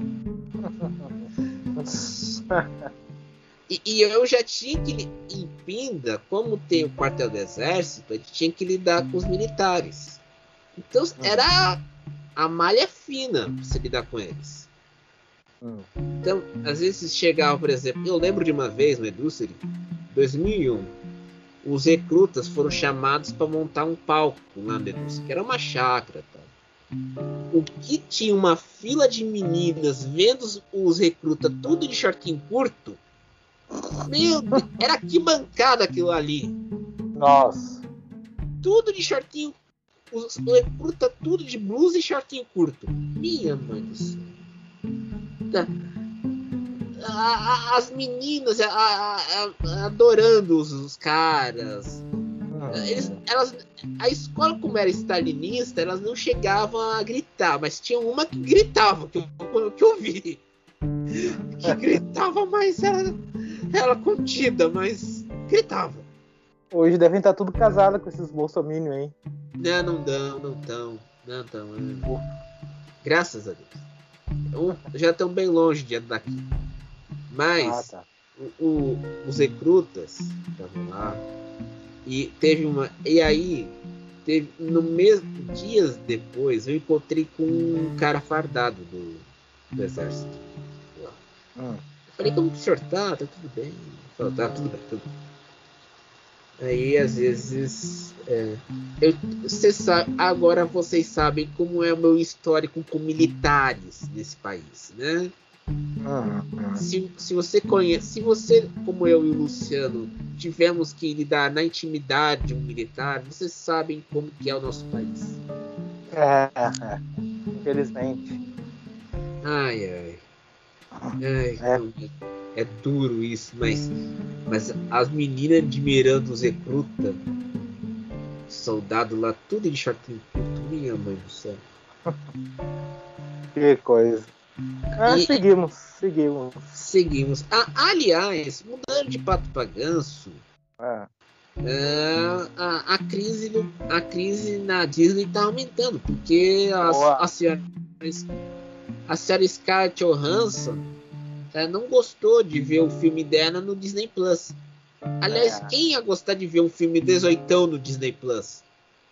E, e eu já tinha que, em Pinda, como tem o quartel do exército, a gente tinha que lidar com os militares. Então era a malha fina pra você lidar com eles. Hum. Então, às vezes chegava, por exemplo, eu lembro de uma vez no Edúceri, dois mil e um, os recrutas foram chamados para montar um palco lá no Edúceri, que era uma chácara. Tá? O que tinha uma fila de meninas vendo os, os recrutas tudo de shortinho curto. Meu Deus, era que bancada aquilo ali. Nossa. Tudo de shortinho. Os recrutas tudo de blusa e shortinho curto. Minha mãe do céu. Tá. A, a, as meninas a, a, adorando os, os caras. Eles, elas, a escola, como era stalinista, elas não chegavam a gritar, mas tinha uma que gritava, que eu, que eu vi. Que gritava, mas era, era contida, mas gritava. Hoje devem estar tudo casados com esses bolsominions, hein? Não, não dão, não estão. Não estão. É. Graças a Deus. Já estão bem longe de daqui. Mas ah, tá. o, o, os recrutas estavam lá. E teve uma. E aí, teve, no mesmo dias depois, eu encontrei com um cara fardado do, do exército. Lá. Hum. Eu falei, como que o senhor tá? Tá tudo bem? Ele falou, tá tudo bem, tudo bem. Aí às vezes é, eu, você sabe, agora vocês sabem como é o meu histórico com militares nesse país, né? Uhum. Se, se você conhece, se você, como eu e o Luciano, tivemos que lidar na intimidade de um militar, vocês sabem como que é o nosso país. É, é. Infelizmente. Ai, ai. Ai, É. não, é duro isso, mas, mas as meninas admirando os recrutas, soldado lá, tudo de shortinho curto, minha mãe do céu. Que coisa. Ah, E- seguimos, seguimos. Seguimos. Ah, aliás, mudando de pato para ganso, É. é, a, a, crise no, a crise na Disney está aumentando, porque as, Boa. a senhora, a senhora Scarlett Johansson é, não gostou de ver o filme dela no Disney Plus. Aliás, É. quem ia gostar de ver um filme dezoitão no Disney Plus?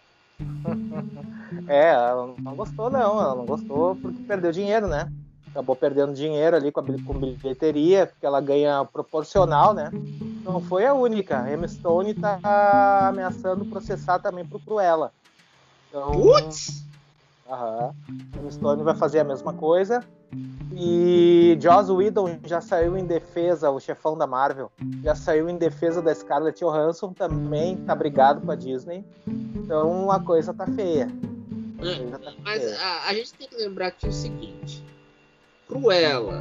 É, ela não gostou não, ela não gostou porque perdeu dinheiro, né? Acabou perdendo dinheiro ali com a bil- com bilheteria, porque ela ganha proporcional, né? Não foi a única. A Emma Stone tá ameaçando processar também pro Cruella. Então, Putz! aham, a Emma Stone vai fazer a mesma coisa. E Joss Whedon já saiu em defesa, o chefão da Marvel, já saiu em defesa da Scarlett Johansson, também tá brigado com a Disney. Então a coisa tá feia. É, tá mas feia. A, a gente tem que lembrar que é o seguinte: Cruella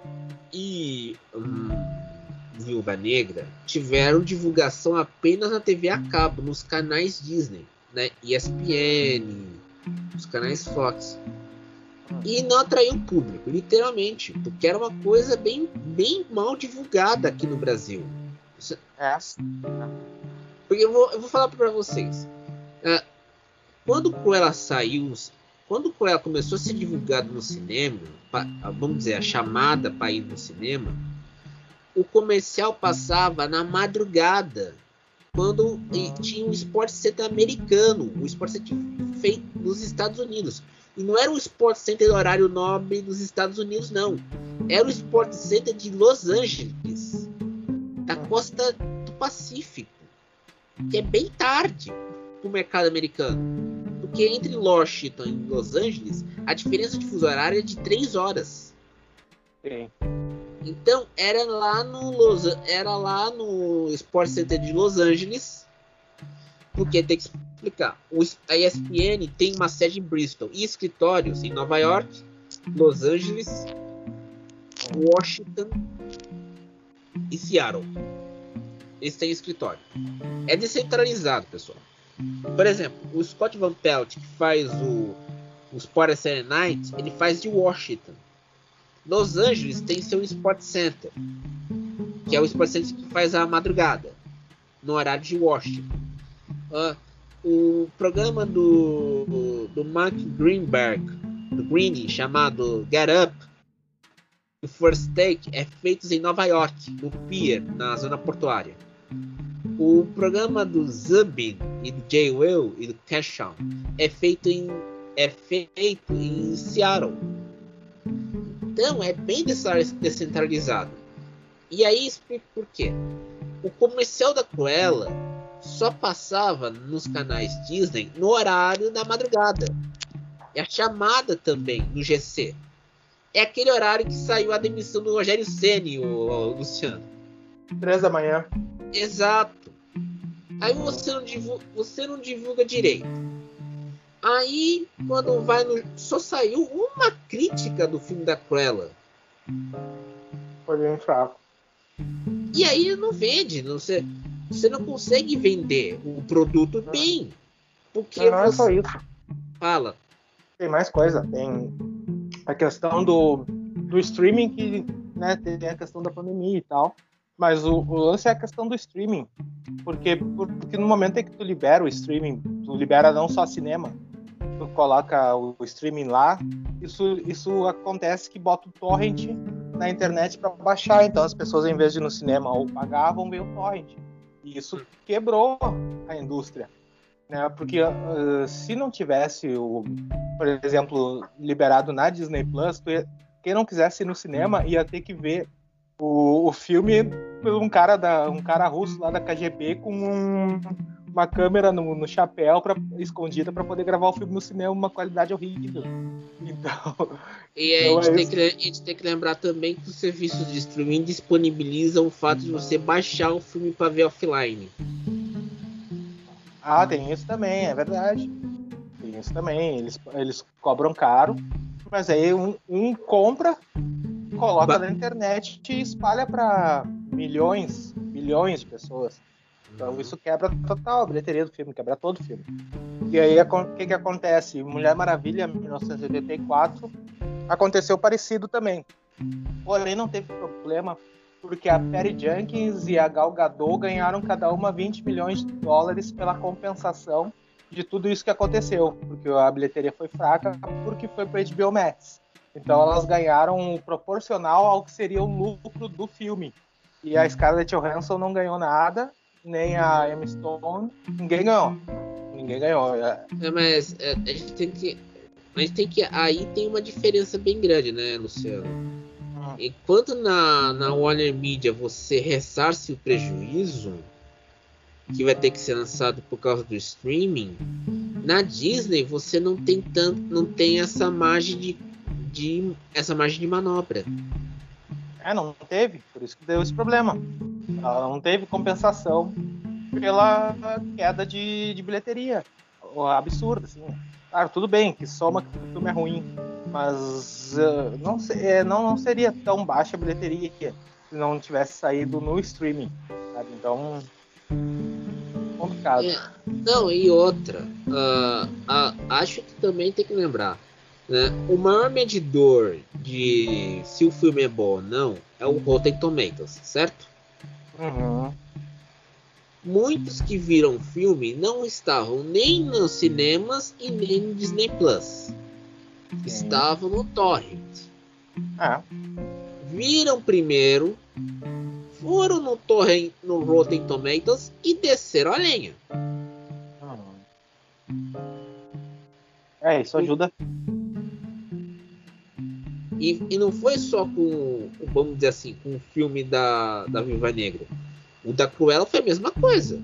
e hum, Viúva Negra tiveram divulgação apenas na T V a cabo, nos canais Disney, né? E S P N, os canais Fox. E não atraiu o público, literalmente, porque era uma coisa bem, bem mal divulgada aqui no Brasil. É. Porque eu vou, eu vou falar para vocês. Uh, quando Cruella saiu, quando Cruella começou a ser divulgado no cinema, pra, vamos dizer, a chamada para ir no cinema, o comercial passava na madrugada, quando tinha um Sport Center americano, o Sport Center feito nos Estados Unidos. E não era o Sport Center do horário nobre dos Estados Unidos, não. Era o Sport Center de Los Angeles, da costa do Pacífico, que é bem tarde para o mercado americano. Porque entre Washington e Los Angeles, a diferença de fuso horário é de três horas. Sim. Então, era lá no, Los, era lá no Sport Center de Los Angeles, porque tem que explicar. O, a E S P N tem uma sede em Bristol e escritórios em Nova York, Los Angeles, Washington e Seattle. Eles têm escritório. É descentralizado, pessoal. Por exemplo, o Scott Van Pelt, que faz o, o Sport Saturday Night, ele faz de Washington. Los Angeles tem seu Sport Center, que é o Sport Center que faz a madrugada, no horário de Washington. Uh, o programa do, do, do Mark Greenberg, do Greene, chamado Get Up, o First Take, é feito em Nova York, no Pier, na zona portuária. O programa do Zubin e do Jay Will e do Cashon é feito em é feito em Seattle. Então é bem descentralizado. E aí explico por quê. O comercial da Cruella só passava nos canais Disney no horário da madrugada. E a chamada também no G C. É aquele horário que saiu a demissão do Rogério Ceni, o Luciano. Três da manhã. Exato. Aí você não divulga, você não divulga direito. Aí, quando vai no... Só saiu uma crítica do filme da Cruella. Foi bem fraco. E aí não vende. Não, você, você não consegue vender o produto bem. Porque não, não você... é só isso. Fala. Tem mais coisa. Tem a questão do, do streaming, que, né, tem a questão da pandemia e tal. Mas o, o lance é a questão do streaming. Porque, porque no momento em que tu libera o streaming, tu libera não só cinema, tu coloca o streaming lá, isso, isso acontece que bota o torrent na internet para baixar. Então as pessoas, em vez de ir no cinema ou pagar, vão ver o torrent. E isso quebrou a indústria, né? Porque uh, se não tivesse, o, por exemplo, liberado na Disney Plus, tu ia, quem não quisesse ir no cinema ia ter que ver o, o filme por um cara, da, um cara russo lá da K G B com um, uma câmera no, no chapéu pra, escondida para poder gravar o filme no cinema, uma qualidade horrível. Então, e a, então gente é tem que, a gente tem que lembrar também que os serviços de streaming disponibilizam o fato de você baixar o filme para ver offline. Ah, tem isso também, é verdade. Tem isso também. Eles, eles cobram caro, mas aí um, um compra, coloca ba- na internet e espalha para milhões, milhões de pessoas. Então isso quebra total a bilheteria do filme, quebra todo o filme. E aí o que, que acontece? Mulher Maravilha, mil novecentos e oitenta e quatro, aconteceu parecido também. Porém não teve problema, porque a Patty Jenkins e a Gal Gadot ganharam cada uma vinte milhões de dólares pela compensação de tudo isso que aconteceu, porque a bilheteria foi fraca, porque foi para o H B O Max. Então elas ganharam proporcional ao que seria o lucro do filme. E a Scarlett Johansson não ganhou nada, nem a Emma Stone, ninguém ganhou. Ninguém ganhou. É. É, mas é, a gente tem que, a gente tem que, aí tem uma diferença bem grande, né, Luciano? Hum. Enquanto na, na Warner Media você ressarce o prejuízo que vai ter que ser lançado por causa do streaming, na Disney você não tem tanto, não tem essa margem de, de essa margem de manobra. É, não teve, por isso que deu esse problema. Ela não teve compensação pela queda de, de bilheteria. Absurdo, assim. Claro, tudo bem, que soma que o filme é ruim, mas uh, não, é, não, não seria tão baixa a bilheteria se não tivesse saído no streaming, sabe? Então, complicado. É, não, e outra, uh, uh, acho que também tem que lembrar, né? O maior medidor de se o filme é bom ou não é o Rotten Tomatoes, certo? Uhum. Muitos que viram o filme não estavam nem nos cinemas e nem no Disney Plus. Estavam no Torrent. É. Viram primeiro, foram no Torrent, no Rotten Tomatoes e desceram a lenha. Uhum. É, isso ajuda. E, e não foi só com, vamos dizer assim, com o filme da, da Viúva Negra. O da Cruella foi a mesma coisa.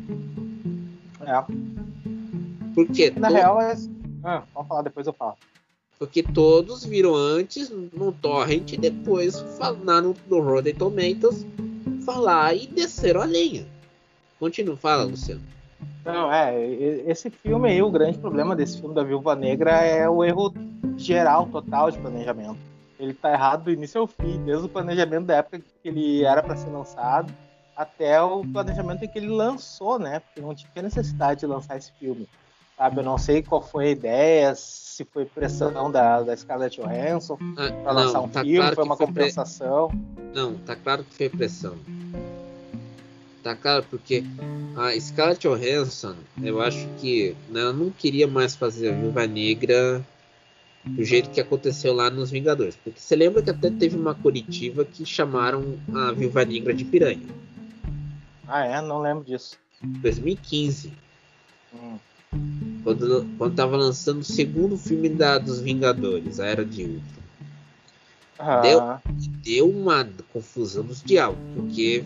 É. Porque Na to... real é. Ah, vamos falar, depois eu falo. Porque todos viram antes no Torrent e depois falaram no, no Rotten Tomatoes, falar e desceram a lenha. Continua, fala, Luciano. Não, é, esse filme aí, o grande problema desse filme da Viúva Negra é o erro geral, total de planejamento. Ele tá errado do início ao fim, desde o planejamento da época que ele era para ser lançado até o planejamento em que ele lançou, né? Porque não tinha necessidade de lançar esse filme, sabe? Eu não sei qual foi a ideia, se foi pressão da, da Scarlett Johansson ah, para lançar um tá filme, claro foi uma foi compensação. Pre... Não, tá claro que foi pressão. Tá claro, porque a Scarlett Johansson, eu acho que ela não queria mais fazer a Viúva Negra do jeito que aconteceu lá nos Vingadores. Porque você lembra que até teve uma coletiva que chamaram a Viúva Negra de piranha. Ah, é? Não lembro disso. dois mil e quinze. Hum. Quando, quando tava lançando o segundo filme da, dos Vingadores, a Era de Ultron. Ah. Deu, deu uma confusão dos diabos, porque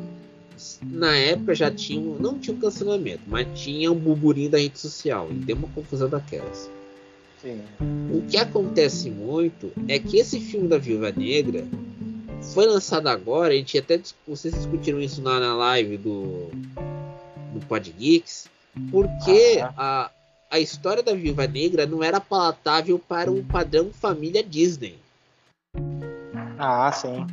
na época já tinha, não tinha um cancelamento, mas tinha um burburinho da rede social, e deu uma confusão daquelas. Sim. O que acontece muito é que esse filme da Viúva Negra foi lançado agora, a gente até, vocês discutiram isso lá na live do, do Pod Geeks, porque ah. a, a história da Viúva Negra não era palatável para o padrão família Disney. Ah, sim.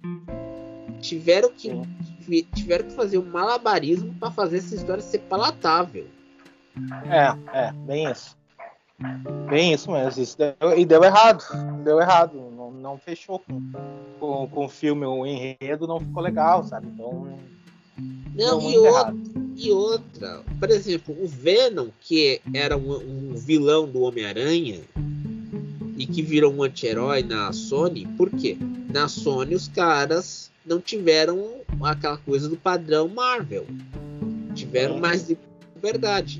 Tiveram que, sim. tiveram que fazer um malabarismo para fazer essa história ser palatável. É, é, bem isso. Bem isso mesmo. Isso deu, e deu errado. Deu errado. Não, não fechou com, com, com o filme, o enredo não ficou legal, sabe? Então. Não, e, outra, e outra, por exemplo, o Venom, que era um, um vilão do Homem-Aranha e que virou um anti-herói na Sony, por quê? Na Sony os caras não tiveram aquela coisa do padrão Marvel, tiveram mais de verdade,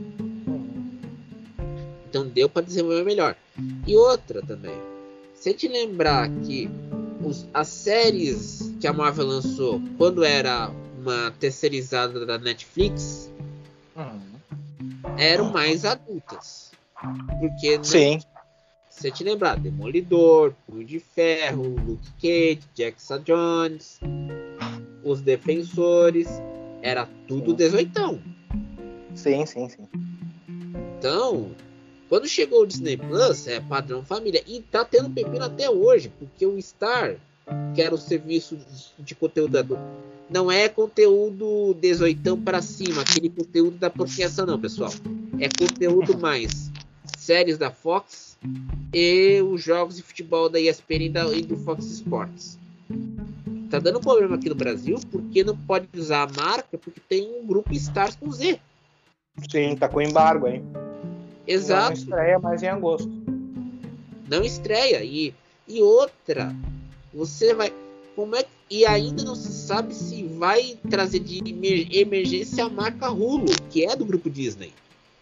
então deu para desenvolver melhor. E outra também, se te lembrar que os, as séries que a Marvel lançou quando era uma terceirizada da Netflix, uhum. eram mais adultas, porque não, sim. se te lembrar, Demolidor, Punho de Ferro, Luke Cage, Jackson Jones, Os Defensores, era tudo dezoitão. Sim, sim, sim. Então, quando chegou o Disney Plus, é padrão família, e tá tendo pepino até hoje, porque o Star, que era o serviço de conteúdo adulto, não é conteúdo dezoitão para cima, aquele conteúdo da procriação não, pessoal. É conteúdo mais séries da Fox e os jogos de futebol da E S P N e, da, e do Fox Sports. Tá dando problema aqui no Brasil porque não pode usar a marca porque tem um grupo Stars com Z. Sim, tá com embargo, hein? Exato. Não estreia mais em agosto. Não estreia. E, e outra, você vai... Como é, e ainda não se sabe se vai trazer de emergência a marca Hulu, que é do grupo Disney.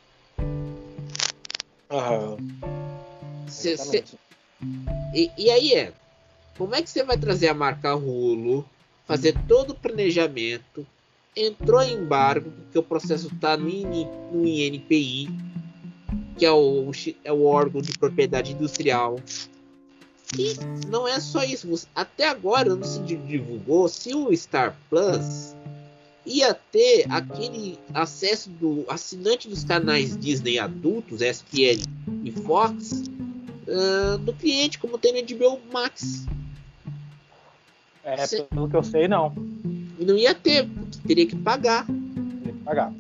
Aham. Cê, cê, e, e aí é, como é que você vai trazer a marca Hulu, fazer todo o planejamento, entrou em embargo, porque o processo está no, no I N P I, que é o, é o órgão de propriedade industrial. E não é só isso. Até agora não se divulgou se o Star Plus ia ter aquele acesso do assinante dos canais Disney adultos, E S P N e Fox, uh, do cliente, como tem no H B O Max. É, Se... pelo que eu sei, não. E não ia ter, porque teria que pagar. Teria que pagar.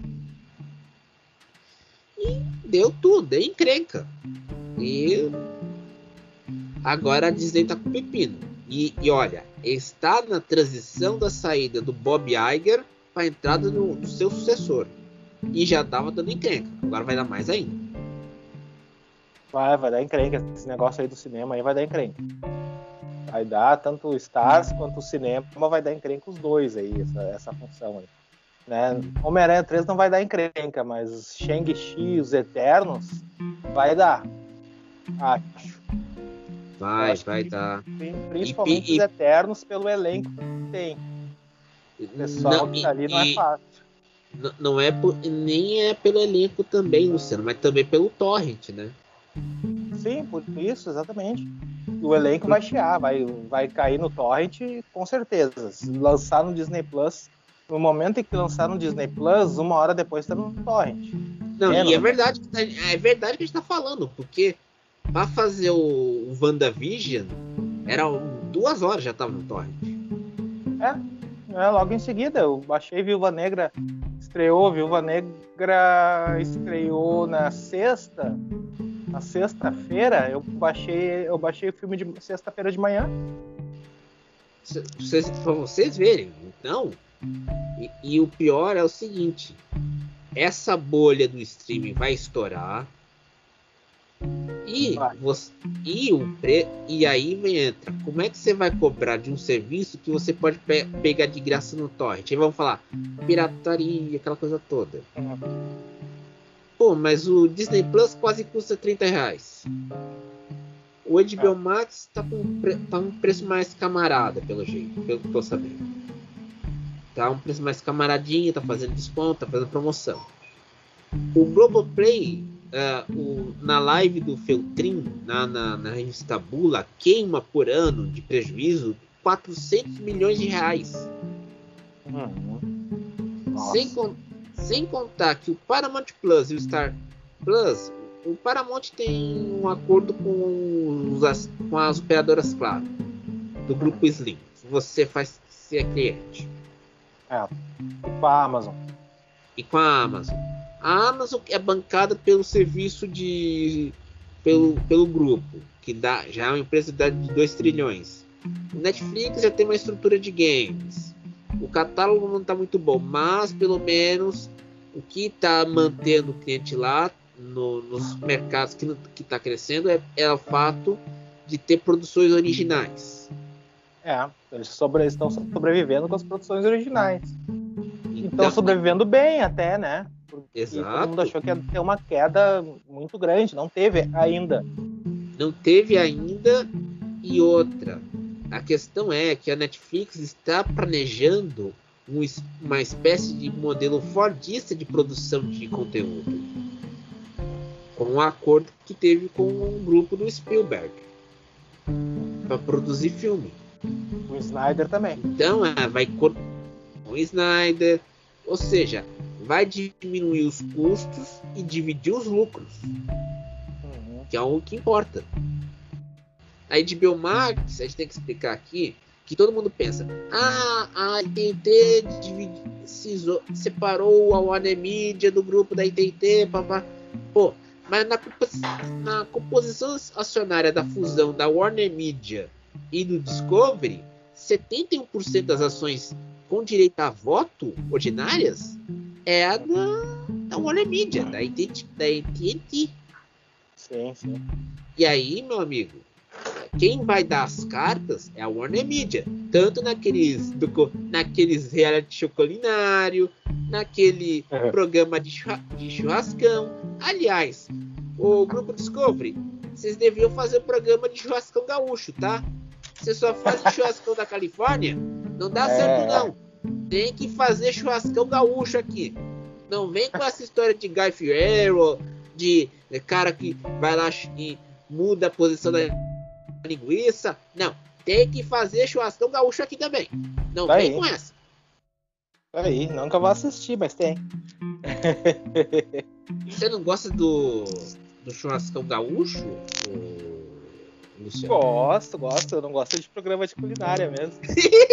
E deu tudo, deu encrenca. E agora a Disney tá com pepino. E, e olha, está na transição da saída do Bob Iger para a entrada do, do seu sucessor. E já tava dando encrenca. Agora vai dar mais ainda. Vai, vai dar encrenca. Esse negócio aí do cinema aí vai dar encrenca. Vai dar tanto o Stars quanto o cinema, vai dar encrenca os dois aí, essa, essa função aí. Né? Homem-Aranha três não vai dar encrenca, mas Shang-Chi, os Eternos, vai dar. Acho. Vai, vai dar. Principalmente e, os Eternos pelo elenco que tem. O pessoal não, que tá ali e, não é fácil. Não, não é por, nem é pelo elenco também, Luciano, mas também pelo torrent, né? Sim, por isso, exatamente. O elenco vai chiar, vai, vai cair no torrent, com certeza. Se lançar no Disney Plus, no momento em que lançar no Disney Plus, uma hora depois tá no torrent. Não, é, e não é verdade, é verdade que a gente tá falando, porque pra fazer o, o WandaVision, era duas horas já tava no torrent. É, é, logo em seguida, eu baixei Viúva Negra, estreou, Viúva Negra estreou na sexta, na sexta-feira, eu baixei, eu baixei o filme de sexta-feira de manhã. Vocês, pra vocês verem, então, e, e o pior é o seguinte, essa bolha do streaming vai estourar e, você, e, o pre, e aí vem entra, como é que você vai cobrar de um serviço que você pode pe, pegar de graça no torrent? Aí vamos falar, pirataria, aquela coisa toda. Uhum. Pô, mas o Disney Plus quase custa trinta reais. O H B O Max tá com tá um preço mais camarada, pelo jeito, pelo que eu tô sabendo. Tá um preço mais camaradinho, tá fazendo desconto, tá fazendo promoção. O Globoplay, uh, o, na live do Feltrin, na, na, na revista Bula, queima por ano de prejuízo quatrocentos milhões de reais. Uhum. Sem contar Sem contar que o Paramount Plus e o Star Plus, o Paramount tem um acordo com, os, com as operadoras, claro, do grupo Slim. Você faz ser cliente. É, e com a Amazon. E com a Amazon. A Amazon é bancada pelo serviço de... pelo, pelo grupo, que dá, já é uma empresa de dois trilhões. O Netflix já tem uma estrutura de games. O catálogo não está muito bom, mas pelo menos o que está mantendo o cliente lá no, nos mercados que está crescendo é, é o fato de ter produções originais. É, eles sobre, estão sobrevivendo com as produções originais. Então, estão sobrevivendo bem até, né? Porque exato. Todo mundo achou que ia ter uma queda muito grande, não teve ainda. Não teve ainda, e outra. A questão é que a Netflix está planejando um, uma espécie de modelo fordista de produção de conteúdo, com um acordo que teve com um grupo do Spielberg para produzir filme. O Snyder também. Então, é, vai com o Snyder, ou seja, vai diminuir os custos e dividir os lucros, uhum. que é o que importa. A H B O Max, a gente tem que explicar aqui, que todo mundo pensa, ah, a A T e T dividi, cisou, separou a Warner Media do grupo da A T e T, papá. Pô, mas na, na composição acionária da fusão da Warner Media e do Discovery, setenta e um por cento das ações com direito a voto ordinárias é a da, da Warner Media, da A T e T. Sim, sim. E aí, meu amigo, quem vai dar as cartas é a Warner Media, tanto naqueles, do, naqueles reality show culinário, naquele uhum. programa de, churra, de churrascão. Aliás, o grupo Discovery, vocês deviam fazer o programa de churrascão gaúcho, tá? Você só faz churrascão da Califórnia, não dá é. certo não. Tem que fazer churrascão gaúcho aqui. Não vem com essa história de Guy Fieri, de cara que vai lá e muda a posição da linguiça. Não, tem que fazer churrascão gaúcho aqui também. Não Tá vem aí. com essa. Aí, nunca vou assistir, mas tem. Você não gosta do, do churrascão gaúcho, Luciano? Gosto, gosto. Eu não gosto de programa de culinária mesmo.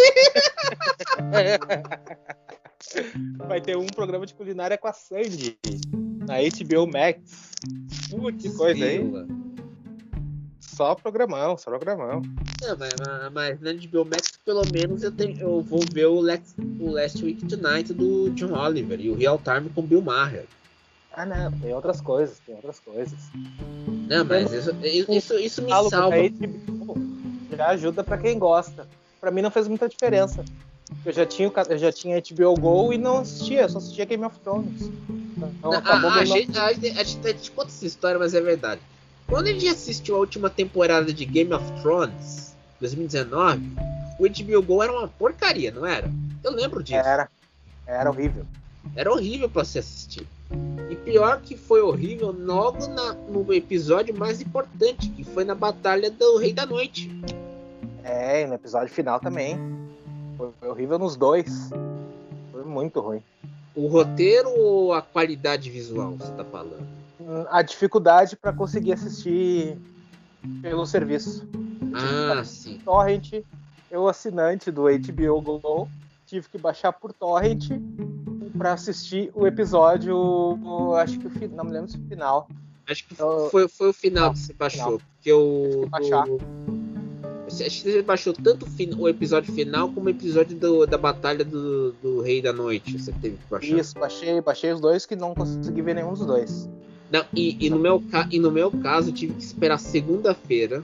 Vai ter um programa de culinária com a Sandy na H B O Max. Putz, Que coisa aí. grila. Só programão, só programão. Não, mas, mas, mas na H B O Max, pelo menos, eu, tenho, eu vou ver o Last, o Last Week Tonight do John Oliver e o Real Time com Bill Maher. Ah, não, tem outras coisas, tem outras coisas. Não, mas isso, isso, isso me Falo, salva. porque a H B O já ajuda pra quem gosta. Pra mim não fez muita diferença. Eu já tinha, o ca- eu já tinha H B O Go e não assistia, eu só assistia Game of Thrones. Então Não, acabou a, a, Game of- gente, a, gente, a gente a gente conta essa história, mas é verdade. Quando a gente assistiu a última temporada de Game of Thrones, dois mil e dezenove, o H B O Go era uma porcaria, não era? Eu lembro disso. Era, era horrível. Era horrível pra se assistir. E pior que foi horrível logo na, no episódio mais importante, que foi na Batalha do Rei da Noite. É, e no episódio final também. Foi horrível nos dois. Foi muito ruim. O roteiro ou a qualidade visual, você tá falando? A dificuldade pra conseguir assistir pelo serviço. Ah, sim. Torrent, eu assinante do H B O Go, tive que baixar por Torrent pra assistir o episódio, acho que o final, não me lembro se o final. Acho que Eu- foi, foi o final Não, que você baixou. final. Porque o. Tive que baixar. do- Acho que você baixou tanto o, fin- o episódio final como o episódio do- da Batalha do, do Rei da Noite. Você teve que baixar. Isso, baixei, baixei os dois que não consegui ver nenhum dos dois. Não, e, e, no meu, ca- e no meu caso, eu tive que esperar segunda-feira,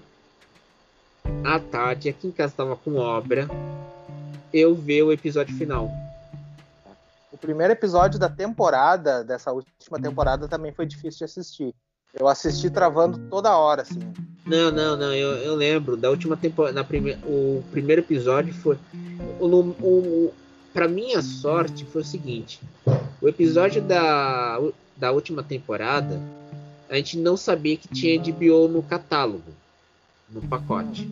à tarde, aqui em casa tava com obra, eu ver o episódio final. O primeiro episódio da temporada, dessa última temporada, também foi difícil de assistir. Eu assisti travando toda hora, assim. Não, não, não, eu, eu lembro da última temporada. Na prime, o primeiro episódio foi. O, o, o, pra minha sorte, foi o seguinte: o episódio da, da última temporada, a gente não sabia que tinha H B O no catálogo, no pacote.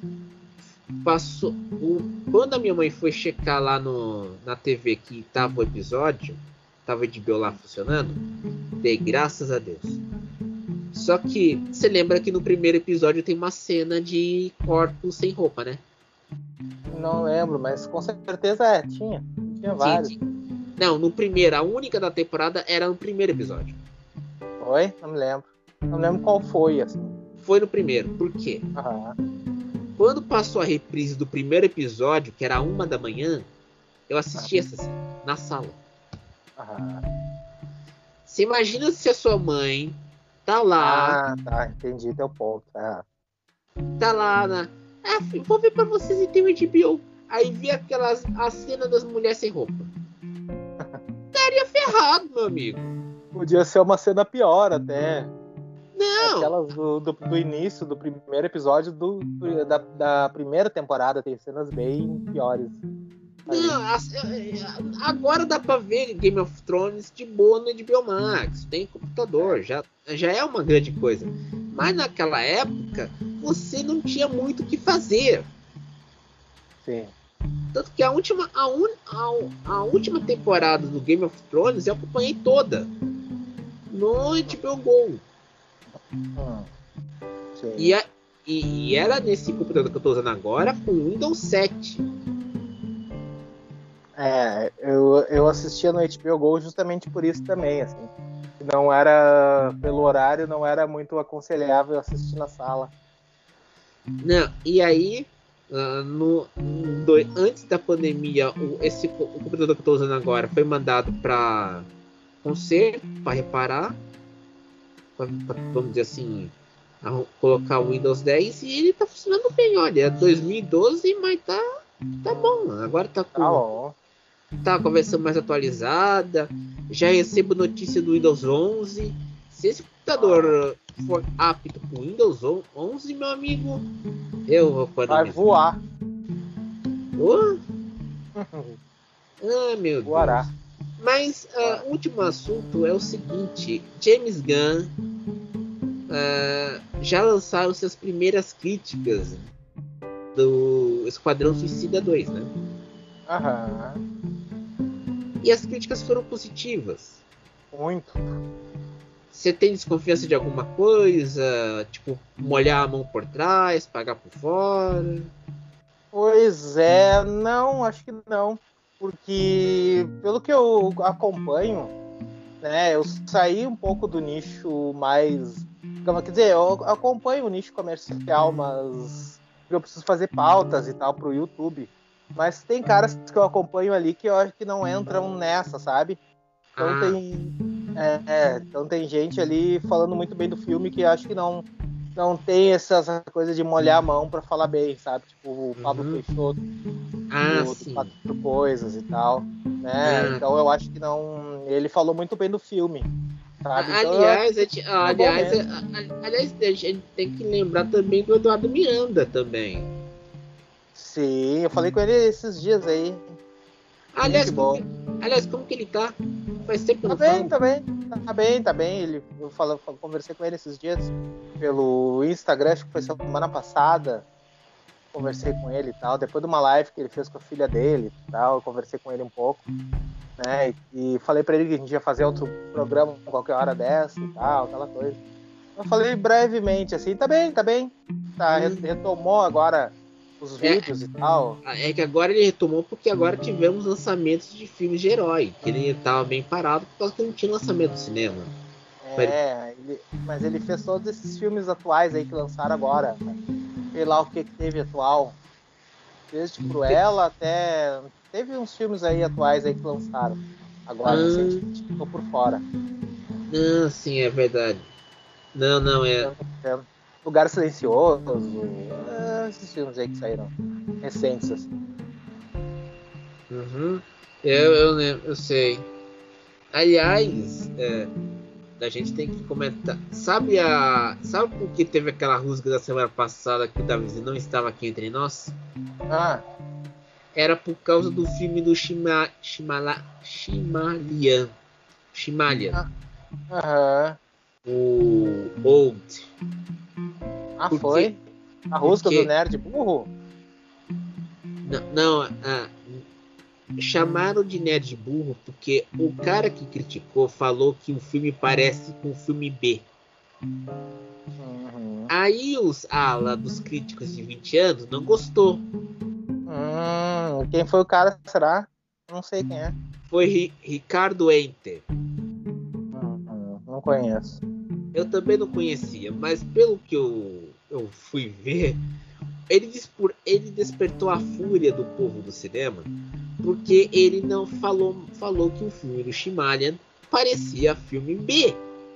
Passou. O, quando a minha mãe foi checar lá no, na T V que tava o episódio, tava H B O lá funcionando, dei graças a Deus. Só que você lembra que no primeiro episódio tem uma cena de corpos sem roupa, né? Não lembro, mas com certeza é, tinha. Tinha vários. Sim, sim. Não, no primeiro, a única da temporada era no primeiro episódio. Foi? Não me lembro. Não me lembro qual foi, assim. Foi no primeiro. Por quê? Aham. Quando passou a reprise do primeiro episódio, que era uma da manhã, eu assisti essa cena na sala. Aham. Você imagina se a sua mãe tá lá, Ah, tá. Entendi teu ponto. Ah. tá lá na. Ah, filho, vou ver pra vocês e tem o H B O. Aí vê aquelas a cena das mulheres sem roupa. Estaria ferrado, meu amigo. Podia ser uma cena pior até. Não, Aquelas do, do, do início do primeiro episódio do, do- da, da primeira temporada. Tem cenas bem piores. não. as- Agora dá pra ver Game of Thrones de boa no H B O Max. Tem computador, já, já é uma grande coisa. Mas naquela época, você não tinha muito o que fazer. Sim. Tanto que a última, a, un, a, a última temporada do Game of Thrones eu acompanhei toda no H B O Go. Hum. Sim. E, a, e, e era nesse computador que eu tô usando agora com Windows sete. É, eu, eu assistia no H B O Go justamente por isso também, assim. Não era, pelo horário, não era muito aconselhável assistir na sala. Não, e aí, ah, no, do, antes da pandemia, o, esse, o computador que eu tô usando agora foi mandado para conserto, para reparar, pra, pra, vamos dizer assim, a, colocar o Windows dez e ele tá funcionando bem. Olha, é dois mil e doze, mas tá, tá bom. Agora tá com. Tá bom. Tá com a versão mais atualizada. Já recebo notícia do Windows onze. Se esse computador for apto com Windows onze, meu amigo, eu vou para Vai voar. Oh? Ah, meu Deus. Voará. Mas uh, o último assunto é o seguinte: James Gunn uh, já lançaram suas primeiras críticas do Esquadrão Suicida dois, né? Aham. E as críticas foram positivas. Muito. Você tem desconfiança de alguma coisa? Tipo, molhar a mão por trás, pagar por fora? Pois é, não, acho que não. Porque, pelo que eu acompanho, né, eu saí um pouco do nicho mais... Quer dizer, eu acompanho o nicho comercial, mas eu preciso fazer pautas e tal pro YouTube. Mas tem caras que eu acompanho ali que eu acho que não entram nessa, sabe? Então, Ah. tem, é, é, então tem gente ali falando muito bem do filme que acho que não, não tem essa coisa de molhar a mão pra falar bem, sabe? Tipo o Pablo Uhum. Peixoto Ah, do, do sim. Quatro Coisas e tal, né? Ah. Então eu acho que não... Ele falou muito bem do filme, sabe? Então eu acho Aliás, a que gente, é bom aliás, mesmo. a, a, aliás, a gente tem que lembrar também do Eduardo Miranda também. Sim, eu falei com ele esses dias aí. Aliás, Gente como boa. que, aliás, como que ele tá? Faz tempo que eu Tá não bem, falo. tá bem, tá bem, tá bem. Ele, eu falo, conversei com ele esses dias pelo Instagram, acho que foi semana passada. Conversei com ele e tal. Depois de uma live que ele fez com a filha dele e tal, eu conversei com ele um pouco, né? E, e falei pra ele que a gente ia fazer outro programa qualquer hora dessa e tal, aquela coisa. Eu falei brevemente, assim, tá bem, tá bem. Tá, Hum. retomou agora os É, vídeos e tal. é que agora ele retomou porque agora tivemos lançamentos de filmes de herói. Que ele tava bem parado por causa que não tinha lançamento do cinema. É, ele, mas ele fez todos esses filmes atuais aí que lançaram agora. Sei lá o que, que teve atual. Desde Cruella até. Teve uns filmes aí atuais aí que lançaram agora, Ah, recentemente. Tô por fora. não, sim, é verdade. Não, não, é. Lugar Silencioso. É, esses filmes aí que saíram recentes, assim. Uhum. Eu, eu lembro, eu sei. Aliás, é, a gente tem que comentar. Sabe a. Sabe por que teve aquela rusga da semana passada que o Davi não estava aqui entre nós? Ah, Era por causa do filme do Shima, Shimala, Shimalian. Shimalian. ah, aham. O Old. Ah, Porque. foi? A Rusca do Porque. Nerd Burro? Não, não ah, chamaram de nerd burro porque o cara que criticou falou que o filme parece com o filme B. Uhum. Aí os ala dos críticos de vinte anos não gostou. Hum, quem foi o cara, será? Não sei quem é. Foi Ri- Ricardo Enter. Hum, não conheço. Eu também não conhecia, mas pelo que eu, eu fui ver, ele, dispor, ele despertou a fúria do povo do cinema porque ele não falou, falou que o filme do Shyamalan parecia filme B.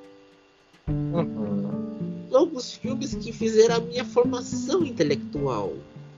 Uhum. São os filmes que fizeram a minha formação intelectual.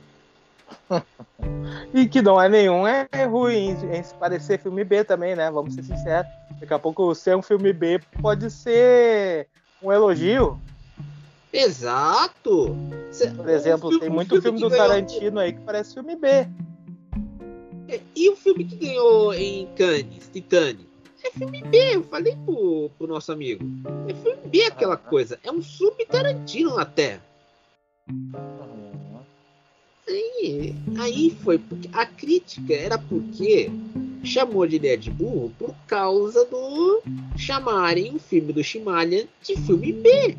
E que não é nenhum, é ruim em se parecer filme B também, né? Vamos ser sinceros. Daqui a pouco ser um filme B pode ser um elogio. Exato! Cê, Por exemplo, filme, tem um muito filme filme que do ganhou, Tarantino aí que parece filme B. e o filme que ganhou em Cannes, Titanic? É filme B, eu falei pro, pro nosso amigo. É filme B aquela Uhum. coisa. É um sub-Tarantino até. Uhum. Aí, aí foi porque a crítica era porque chamou de nerd burro por causa do chamarem o filme do Shyamalan de filme B.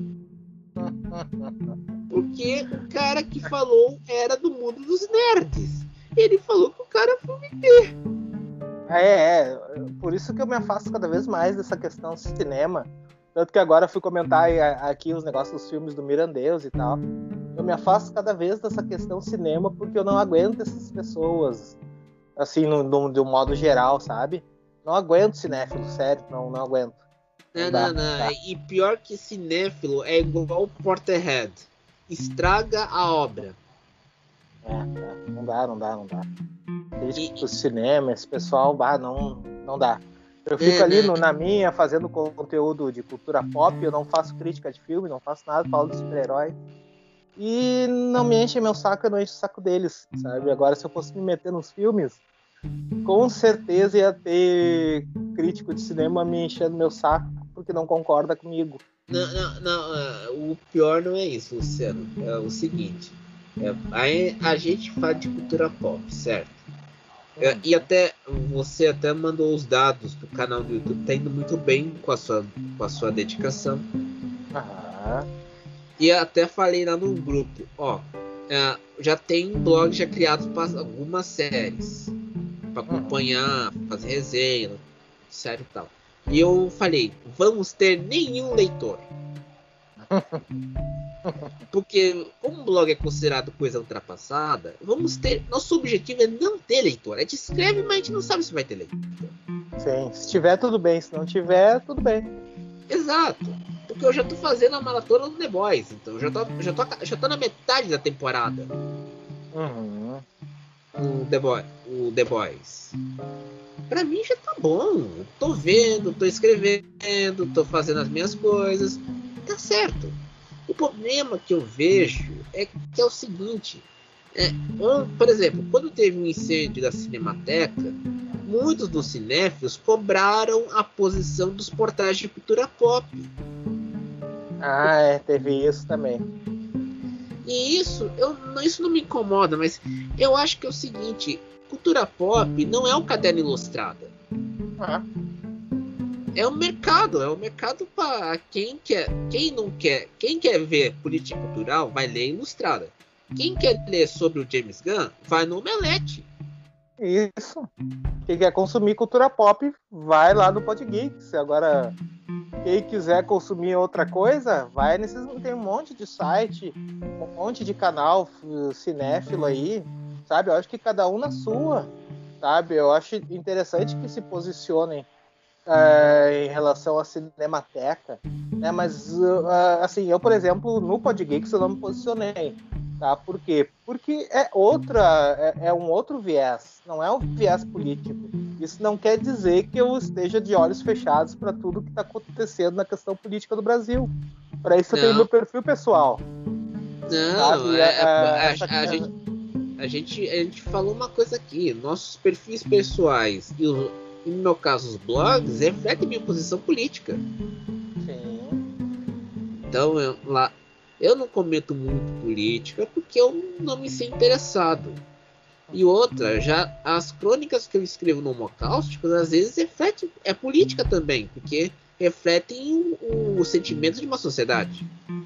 Porque o cara que falou era do mundo dos nerds. Ele falou que o cara é filme B. É, é, por isso que eu me afasto cada vez mais dessa questão do cinema. Tanto que agora eu fui comentar aqui os negócios dos filmes do Mirandeus e tal. Eu me afasto cada vez dessa questão cinema porque eu não aguento essas pessoas, assim, no, no, de um modo geral, sabe? Não aguento cinéfilo, sério, não, não aguento. Não, Não dá, não, não. dá. E pior que cinéfilo é igual Potterhead. Estraga a obra. É, é, não dá, não dá, não dá. Crítico E, pro cinema, esse pessoal, bah, não, não dá. Eu fico é, ali né? no, na minha, fazendo conteúdo de cultura pop, eu não faço crítica de filme, não faço nada, falo de super-herói. E não me enche meu saco, eu não encho o saco deles, sabe? Agora, se eu fosse me meter nos filmes, com certeza ia ter crítico de cinema me enchendo meu saco porque não concorda comigo. Não, não, não, é, o pior não é isso, Luciano. É o seguinte. É, aí a gente fala de cultura pop, certo? É, e até você até mandou os dados do canal do YouTube, tá indo muito bem com a sua, com a sua dedicação. Aham. E até falei lá no grupo, ó, é, já tem blogs já criados para algumas séries, para acompanhar, fazer resenha, série e tal. E eu falei, vamos ter nenhum leitor. Porque como o blog é considerado coisa ultrapassada, vamos ter. Nosso objetivo é não ter leitor. A gente escreve, mas a gente não sabe se vai ter leitor. Sim, se tiver tudo bem, se não tiver, tudo bem. Exato. Porque eu já tô fazendo a maratona do The Boys, então eu já tô, já tô, já tô na metade da temporada. Uhum. O The, Boy, o The Boys. Pra mim já tá bom. Tô vendo, tô escrevendo, tô fazendo as minhas coisas. Tá certo. O problema que eu vejo é que é o seguinte. É, um, por exemplo, quando teve um incêndio da Cinemateca, muitos dos cinéfilos cobraram a posição dos portais de cultura pop. Ah, é, teve isso também. E isso, eu, isso não me incomoda, mas eu acho que é o seguinte: cultura pop não é um caderno ilustrado. Ah. É um mercado, é um mercado para quem quer, quem não quer, quem quer ver política cultural vai ler Ilustrada. Quem quer ler sobre o James Gunn vai no Omelete. Isso. Quem quer consumir cultura pop vai lá no Podgeeks. Agora, quem quiser consumir outra coisa, vai nesses. Tem um monte de site, um monte de canal cinéfilo aí, sabe? Eu acho que cada um na sua, sabe? Eu acho interessante que se posicionem é, em relação à Cinemateca, né? Mas, uh, assim, eu, por exemplo, no Podgeeks eu não me posicionei, tá? Por quê? Porque é outra, é, é um outro viés, não é um viés político. Isso não quer dizer que eu esteja de olhos fechados para tudo que está acontecendo na questão política do Brasil. Para isso não. Eu tenho meu perfil pessoal. Não, sabe? é, é, a, essa... a, gente, a, gente, a gente falou uma coisa aqui. Nossos perfis pessoais e, o, e no meu caso os blogs refletem minha posição política. Sim. Então eu, lá, eu não comento muito política porque eu não me sinto interessado. E outra, já as crônicas que eu escrevo no Homocáusticos às vezes refletem, é política também, porque refletem o, o sentimento de uma sociedade.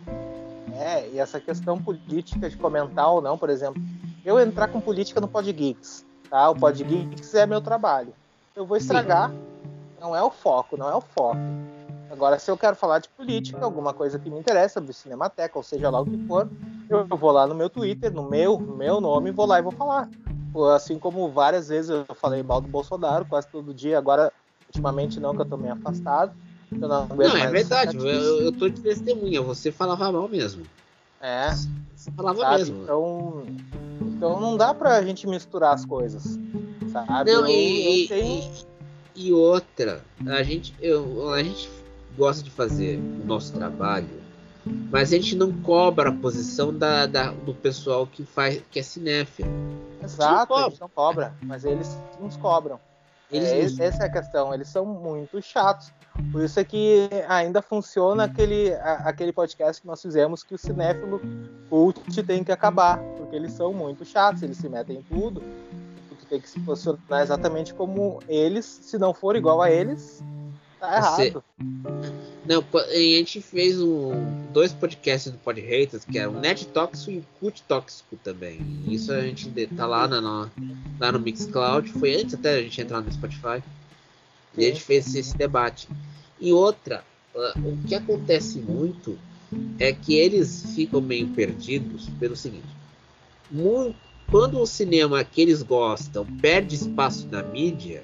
É, e essa questão política de comentar ou não, por exemplo, eu entrar com política no Podgeeks, tá? O Podgeeks é meu trabalho. Eu vou estragar, sim. Não é o foco, não é o foco. Agora, se eu quero falar de política, alguma coisa que me interessa, sobre Cinemateca, ou seja lá o que for, eu vou lá no meu Twitter, no meu, no meu nome, vou lá e vou falar. Assim como várias vezes eu falei mal do Bolsonaro, quase todo dia, agora, ultimamente não, que eu tô meio afastado. Eu não aguento não, é mais verdade, eu, eu tô de testemunha, você falava mal mesmo. É. Você falava sabe? mesmo. Então, então não dá pra gente misturar as coisas, sabe? Não, eu, e, eu tenho... e, e outra, a gente, eu, a gente gosta de fazer o nosso trabalho, mas a gente não cobra a posição da, da, do pessoal que, faz, que é cinéfilo. Exato, a gente não cobra, mas eles nos cobram. Eles é, nos... Essa é a questão, eles são muito chatos. Por isso é que ainda funciona aquele, a, aquele podcast que nós fizemos que o cinéfilo cult tem que acabar, porque eles são muito chatos, eles se metem em tudo. Tu tem que se posicionar exatamente como eles, se não for igual a eles, tá errado. Você... Não, a gente fez um, dois podcasts do Pod Haters, que é o Net Tóxico e o Cult Tóxico também. E isso a gente tá lá, na, lá no Mixcloud, foi antes até a gente entrar no Spotify. E a gente fez esse debate. E outra, o que acontece muito é que eles ficam meio perdidos pelo seguinte: muito, quando o cinema que eles gostam perde espaço na mídia,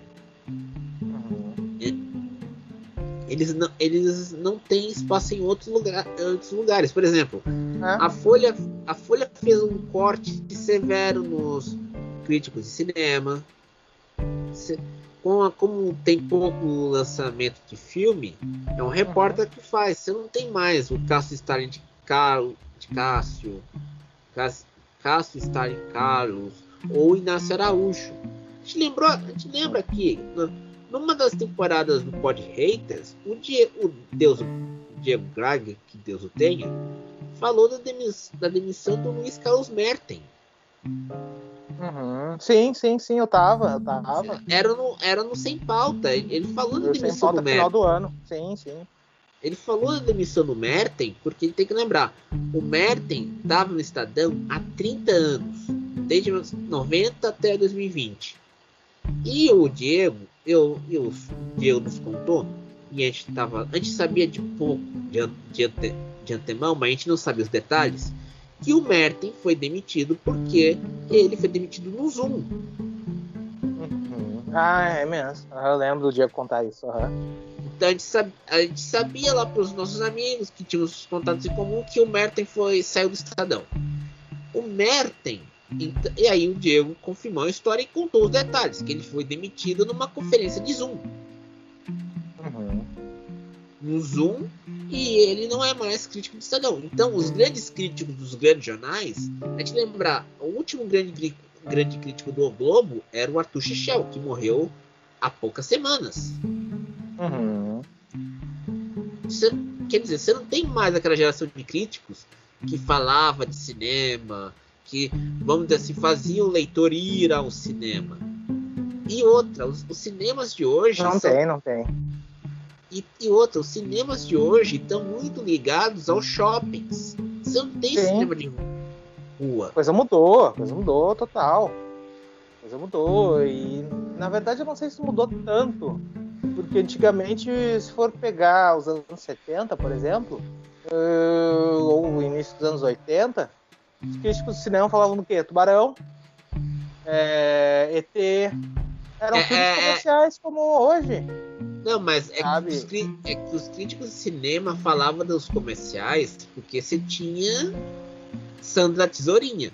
eles não, eles não têm espaço em outros, lugar, outros lugares. Por exemplo, é. a, Folha, a Folha fez um corte severo nos críticos de cinema. Se, com a, como tem pouco lançamento de filme, é um repórter que faz. Você não tem mais o Cássio Stalin de, Carlos, de Cássio, Cássio, Cássio Stalin Carlos ou Inácio Araújo. A gente, lembrou, a gente lembra aqui, numa das temporadas do Pod Haters, o, Die, o Deus Diego Braga, que Deus o tenha, falou da, demiss, da demissão do Luiz Carlos Merten. Uhum. Sim, sim, sim, eu tava, eu tava. Era no, era no Sem Pauta. Ele falou da Eu sem demissão pauta do Merten. final do ano. Sim, sim. Ele falou da demissão do Merten, porque tem que lembrar, o Merten estava no Estadão há trinta anos, desde noventa até dois mil e vinte. E o Diego, eu, eu, o Diego nos contou, e a gente, tava, a gente sabia de pouco, de, de, ante, de antemão, mas a gente não sabia os detalhes, que o Merten foi demitido porque ele foi demitido no Zoom. Uhum. Ah, é mesmo. Eu lembro do Diego contar isso. Uhum. Então a gente, sabia, a gente sabia lá para os nossos amigos que tínhamos os contatos em comum que o Merten foi, saiu do Estadão. O Merten, então, e aí o Diego confirmou a história e contou os detalhes, que ele foi demitido numa conferência de Zoom. Uhum. No Zoom, e ele não é mais crítico do Estadão. Então os grandes críticos dos grandes jornais, a gente lembrar, o último grande, grande crítico do O Globo era o Arthur Chechel, que morreu há poucas semanas. Uhum. Você, quer dizer, você não tem mais aquela geração de críticos que falava de cinema, que, vamos dizer assim, fazia o leitor ir ao cinema. E outra, os, os cinemas de hoje... Não são... tem, não tem. E, e outra, os cinemas de hoje estão muito ligados aos shoppings. Você não tem Sim. cinema de rua. A coisa mudou, a coisa mudou total. A coisa mudou. E, na verdade, eu não sei se mudou tanto. Porque antigamente, se for pegar os anos setenta, por exemplo, uh, ou o início dos anos oitenta, os críticos de cinema falavam do quê? Tubarão, é, E T, eram É, filmes é, comerciais como hoje. Não, mas é Sabe? que, os, é que os críticos de cinema falavam dos comerciais porque você tinha Sandra Tesourinha.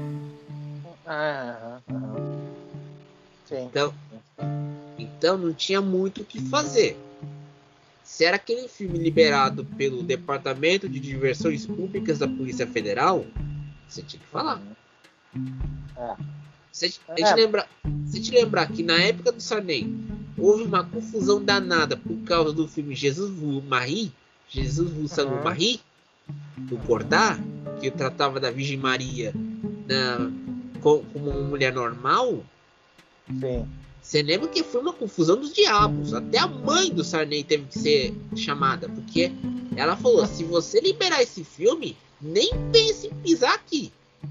Ah, ah, ah. Sim. Então, então não tinha muito o que fazer. Se era aquele filme liberado pelo Departamento de Diversões Públicas da Polícia Federal, você tinha que falar. É. Se a gente lembrar, se te lembrar que na época do Sarney houve uma confusão danada por causa do filme Jesus vous Marie, Jesus vous salue Uhum. Marie, do Godard, que tratava da Virgem Maria na, como uma mulher normal. Sim. Você lembra que foi uma confusão dos diabos. Até a mãe do Sarney teve que ser chamada, porque ela falou: se você liberar esse filme, nem pense em pisar aqui.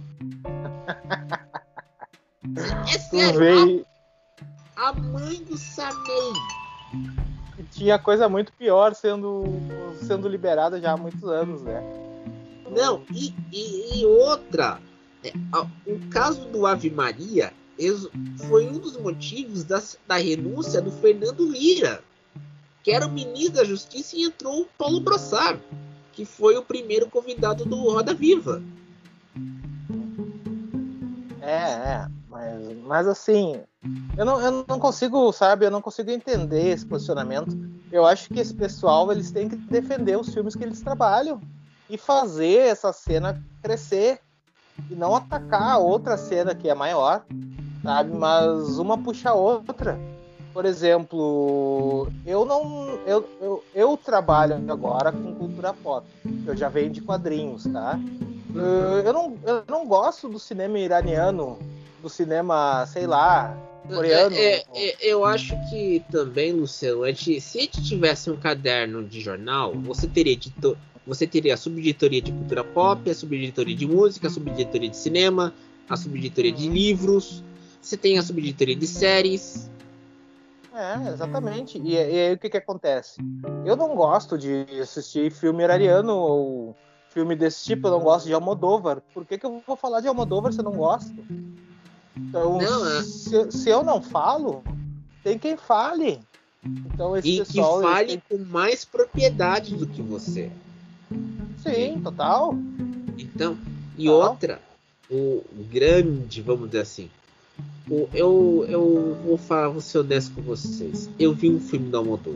É sério, a, a mãe do Sarney. Tinha coisa muito pior sendo, sendo liberada já há muitos anos, né? Não, e, e, e outra, é, a, o caso do Ave Maria foi um dos motivos da, da renúncia do Fernando Lira, que era o ministro da Justiça, e entrou o Paulo Brossard, que foi o primeiro convidado do Roda Viva. É, é, mas, mas assim, eu não, eu não consigo, sabe, eu não consigo entender esse posicionamento. Eu acho que esse pessoal, eles têm que defender os filmes que eles trabalham e fazer essa cena crescer e não atacar a outra cena que é maior, sabe, mas uma puxa a outra. Por exemplo, eu não eu, eu, eu trabalho agora com cultura pop, eu já venho de quadrinhos, tá? Eu não, eu não gosto do cinema iraniano, do cinema, sei lá, coreano. É, é, é, eu acho que também, Luciano, a gente, se a gente tivesse um caderno de jornal, você teria, edito, você teria a subeditoria de cultura pop, a subeditoria de música, a subeditoria de cinema, a subeditoria de livros, você tem a subeditoria de séries. É, exatamente. E, e aí o que que acontece? Eu não gosto de assistir filme iraniano ou filme desse tipo, eu não gosto de Almodóvar. Por que que eu vou falar de Almodóvar se eu não gosto? Então, Não, é. se, se eu não falo, tem quem fale. Então, esse E pessoal, que fale tem... com mais propriedade do que você. Sim, total. Então, e total. outra, o grande, vamos dizer assim, o, eu, eu vou falar, vou ser honesto com vocês. Eu vi um filme do Almodóvar.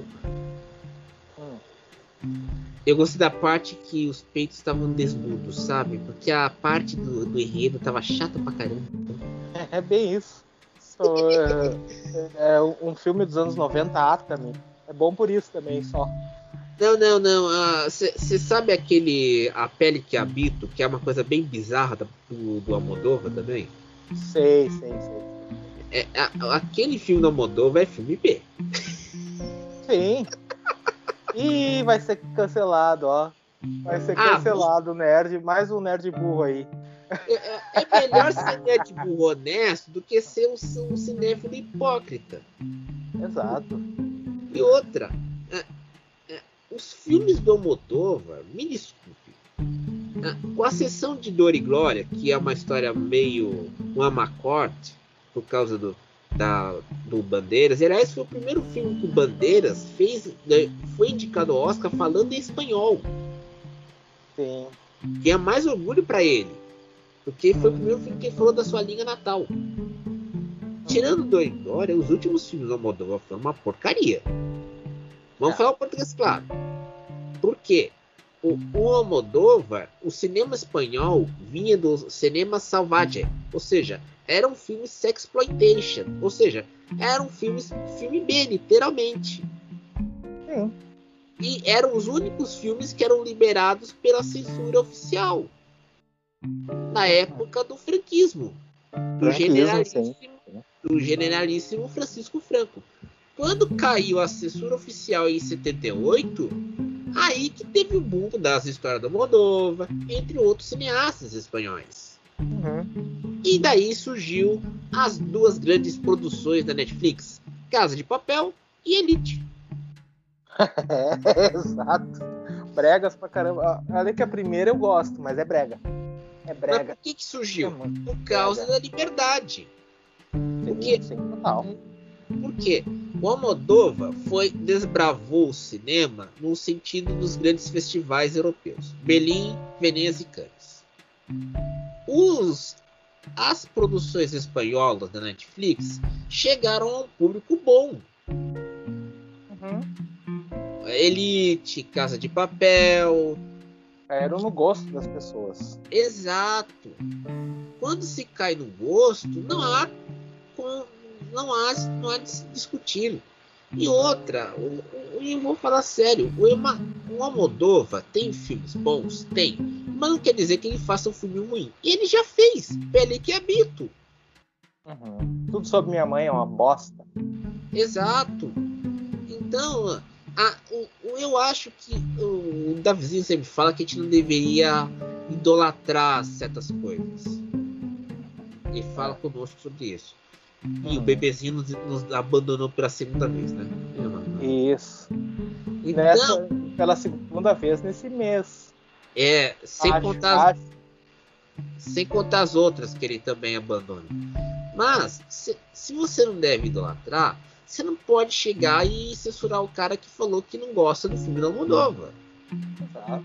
Hum. Eu gostei da parte que os peitos estavam desnudos, sabe? Porque a parte do, do enredo tava chata pra caramba. É, é bem isso. So, é, é um filme dos anos noventa, Atami. É bom por isso também, só. Não, não, não. Você uh, sabe aquele A Pele que Habito, que é uma coisa bem bizarra do, do Almodóvar também? Sei, sei, sei. É, a, aquele filme do Almodóvar é filme B. Sim. Ih, vai ser cancelado, ó. Vai ser cancelado o ah, nerd, mais um nerd burro aí. É, é melhor ser nerd burro honesto do que ser um, um cinéfilo hipócrita. Exato. E outra, é, é, os filmes do Almodóvar, me desculpe, é, com a exceção de Dor e Glória, que é uma história meio um amacorte, por causa do, da, do Bandeiras. Aliás, foi o primeiro filme que o Bandeiras fez, foi indicado ao Oscar falando em espanhol. Sim. Que é mais orgulho para ele, porque foi o primeiro filme que ele falou da sua língua natal. Tirando Dor e Glória, os últimos filmes do Almodóvar foram uma porcaria. Vamos é. falar o português claro. Por quê? O, o Almodóvar, o cinema espanhol vinha do cinema salvaje, ou seja, era um filme sexploitation, ou seja, era um filme, filme B, literalmente. Sim. E eram os únicos filmes que eram liberados pela censura oficial na época do franquismo, do generalíssimo, do generalíssimo Francisco Franco. Quando caiu a censura oficial em setenta e oito, aí que teve o boom das histórias do Almodóvar, entre outros cineastas espanhóis. Uhum. E daí surgiu as duas grandes produções da Netflix, Casa de Papel e Elite. É, exato. Bregas pra caramba. Olha que a primeira eu gosto, mas é brega. É brega. Mas por que que surgiu? É por causa brega. Da liberdade. Porque, sim, total. Porque o Almodóvar foi, desbravou o cinema no sentido dos grandes festivais europeus. Berlim, Veneza e Cannes. Os, as produções espanholas da Netflix chegaram a um público bom. Uhum. Elite, Casa de Papel. Caíram no gosto das pessoas. Exato. Quando se cai no gosto, não há, não há, não há de se discutir. E outra, eu vou falar sério, o Almodóvar tem filmes bons? Tem. Mas não quer dizer que ele faça um filme ruim. Ele já fez Pele que Habito. Uhum. Tudo Sobre Minha Mãe é uma bosta. Exato. Então... Ah, eu acho que o Davizinho sempre fala que a gente não deveria idolatrar certas coisas. Ele fala conosco sobre isso. E hum. o bebezinho nos, nos abandonou pela segunda vez, né? Isso. Então, Nessa, pela segunda vez nesse mês. É, sem acho, contar acho. As, sem contar as outras que ele também abandona. Mas, se, se você não deve idolatrar, você não pode chegar e censurar o cara que falou que não gosta do filme da Almodóvar. Exato.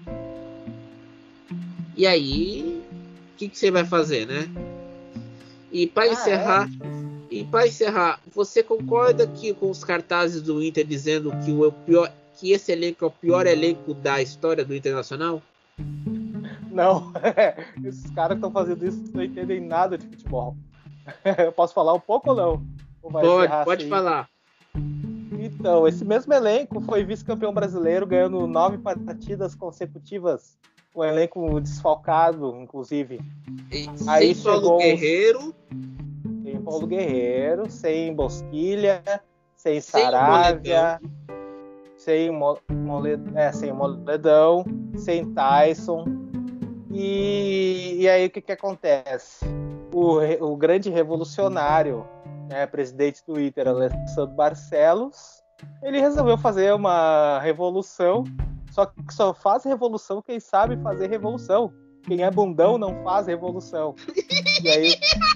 E aí, o que, que você vai fazer, né? E para ah, encerrar, é? e para encerrar, você concorda que com os cartazes do Inter dizendo que o pior, que esse elenco é o pior elenco da história do Internacional? Não, esses caras que estão fazendo isso não entendem nada de futebol. Eu posso falar um pouco ou não? Ou pode, pode falar. Então, esse mesmo elenco foi vice-campeão brasileiro, ganhando nove partidas consecutivas, com um elenco desfalcado, inclusive. E, Aí sem Paulo Guerreiro. Sem Paulo Guerreiro, sem Bosquilha, sem Saravia, sem Moledão, é, sem Moledão, sem Tyson. E, e aí o que, que acontece? O, o grande revolucionário, né, presidente do Inter, Alessandro Barcelos, ele resolveu fazer uma revolução, só que só faz revolução quem sabe fazer revolução. Quem é bundão não faz revolução. E aí...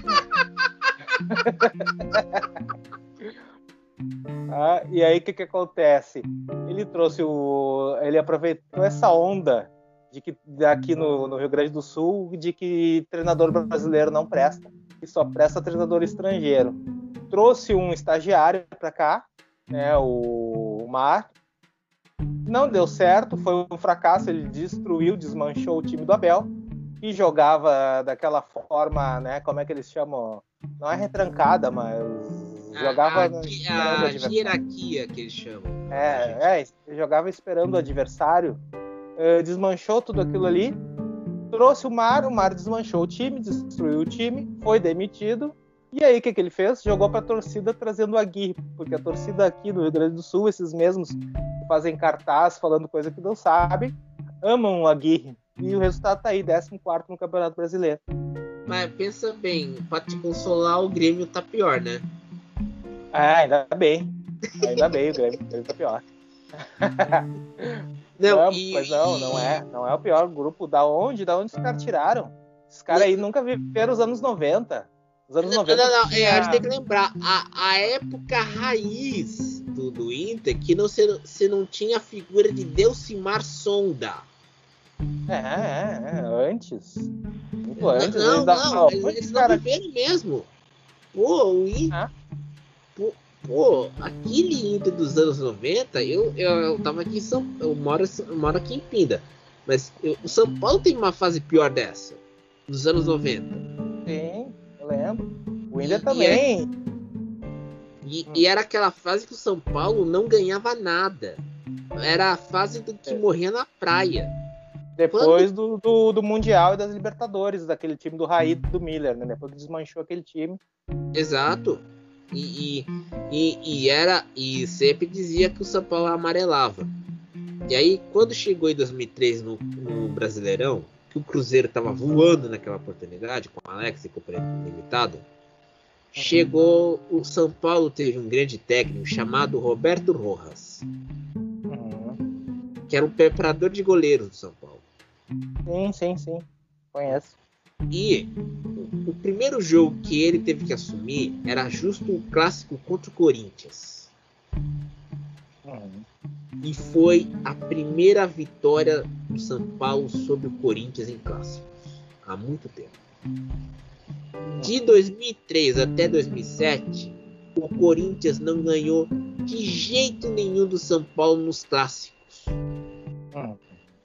ah, e aí o que, que acontece? Ele trouxe o... Ele aproveitou essa onda de que aqui no, no Rio Grande do Sul de que treinador brasileiro não presta, e só presta treinador estrangeiro. Trouxe um estagiário para cá, né, o, o Mar. Não deu certo, foi um fracasso, ele destruiu, desmanchou o time do Abel, que jogava daquela forma, né, como é que eles chamam? Não é retrancada, mas jogava a, a, no- a, esperando o a adversário. hierarquia que eles chamam. É, é, ele jogava esperando o adversário, eh, desmanchou tudo aquilo ali, trouxe o Mar, o Mar desmanchou o time, destruiu o time, foi demitido. E aí, o que, que ele fez? Jogou pra torcida trazendo o Aguirre, porque a torcida aqui do Rio Grande do Sul, esses mesmos que fazem cartaz falando coisa que não sabem, amam o Aguirre. E o resultado tá aí, décimo quarto no Campeonato Brasileiro. Mas pensa bem, pra te consolar, o Grêmio tá pior, né? Ah, ainda bem. Ainda bem, o Grêmio, o Grêmio tá pior. Não, Não, e, pois não, e- não é. Não é o pior grupo. Da onde? Da onde os caras tiraram? Esses caras aí nunca viveram os anos noventa. Os anos Não, noventa não, não, é, a gente tem tinha... que lembrar, a, a época raiz do, do Inter, que não, você, você não tinha a figura de Delcimar Sonda. É, é, é, antes. Muito Não, antes. não, Ainda... não, eles, Onde eles os não cara... viveram mesmo. Pô, o Inter, Ah, pô, pô, aquele Inter dos anos noventa, eu, eu, eu tava aqui em São eu moro, eu moro aqui em Pinda, mas eu, o São Paulo tem uma fase pior dessa, dos anos noventa. sim, eu lembro. O E, Inter e, é, também. e, Hum. e era aquela fase que o São Paulo não ganhava nada. Era a fase do que É. morria na praia. Depois do, do, do Mundial e das Libertadores, daquele time do Raí e do Miller, né? Depois que desmanchou aquele time. Exato. E, e, e, e era e sempre dizia que o São Paulo amarelava. E aí, quando chegou em dois mil e três no, no Brasileirão, que o Cruzeiro estava voando naquela oportunidade, com o Alex e com o Prêmio Limitado, chegou o São Paulo, teve um grande técnico chamado Roberto Rojas, Uhum. que era um preparador de goleiros do São Paulo. Sim, sim, sim. Conheço. E o, o primeiro jogo que ele teve que assumir era justo o clássico contra o Corinthians. Uhum. E foi a primeira vitória do São Paulo sobre o Corinthians em clássicos. Há muito tempo. De dois mil e três até dois mil e sete, o Corinthians não ganhou de jeito nenhum do São Paulo nos clássicos. Uhum.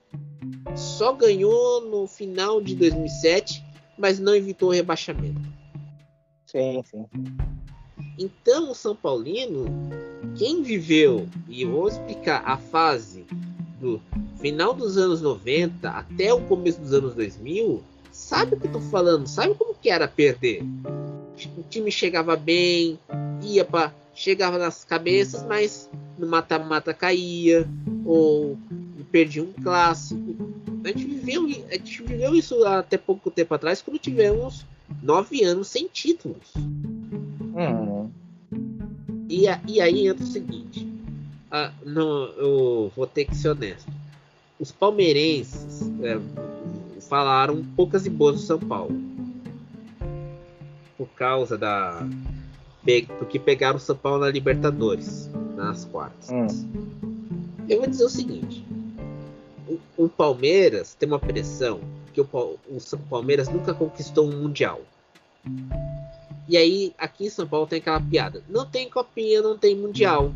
Só ganhou no final de dois mil e sete, mas não evitou o rebaixamento. Sim, sim. Então o São Paulino, quem viveu, e eu vou explicar a fase do final dos anos noventa até o começo dos anos dois mil, sabe o que eu tô falando, sabe como que era perder. O time chegava bem, ia para chegava nas cabeças, mas no mata-mata caía, ou perdia um clássico. A gente, viveu, a gente viveu isso até pouco tempo atrás, quando tivemos nove anos sem títulos. Uhum. E, a, e aí entra o seguinte, ah, não, eu vou ter que ser honesto. Os palmeirenses é, falaram poucas e boas do São Paulo. Por causa da... porque pegaram o São Paulo na Libertadores, nas quartas. Uhum. Eu vou dizer o seguinte, o, o Palmeiras tem uma pressão que o, o Palmeiras nunca conquistou um Mundial. E aí, aqui em São Paulo tem aquela piada, não tem copinha, não tem Mundial.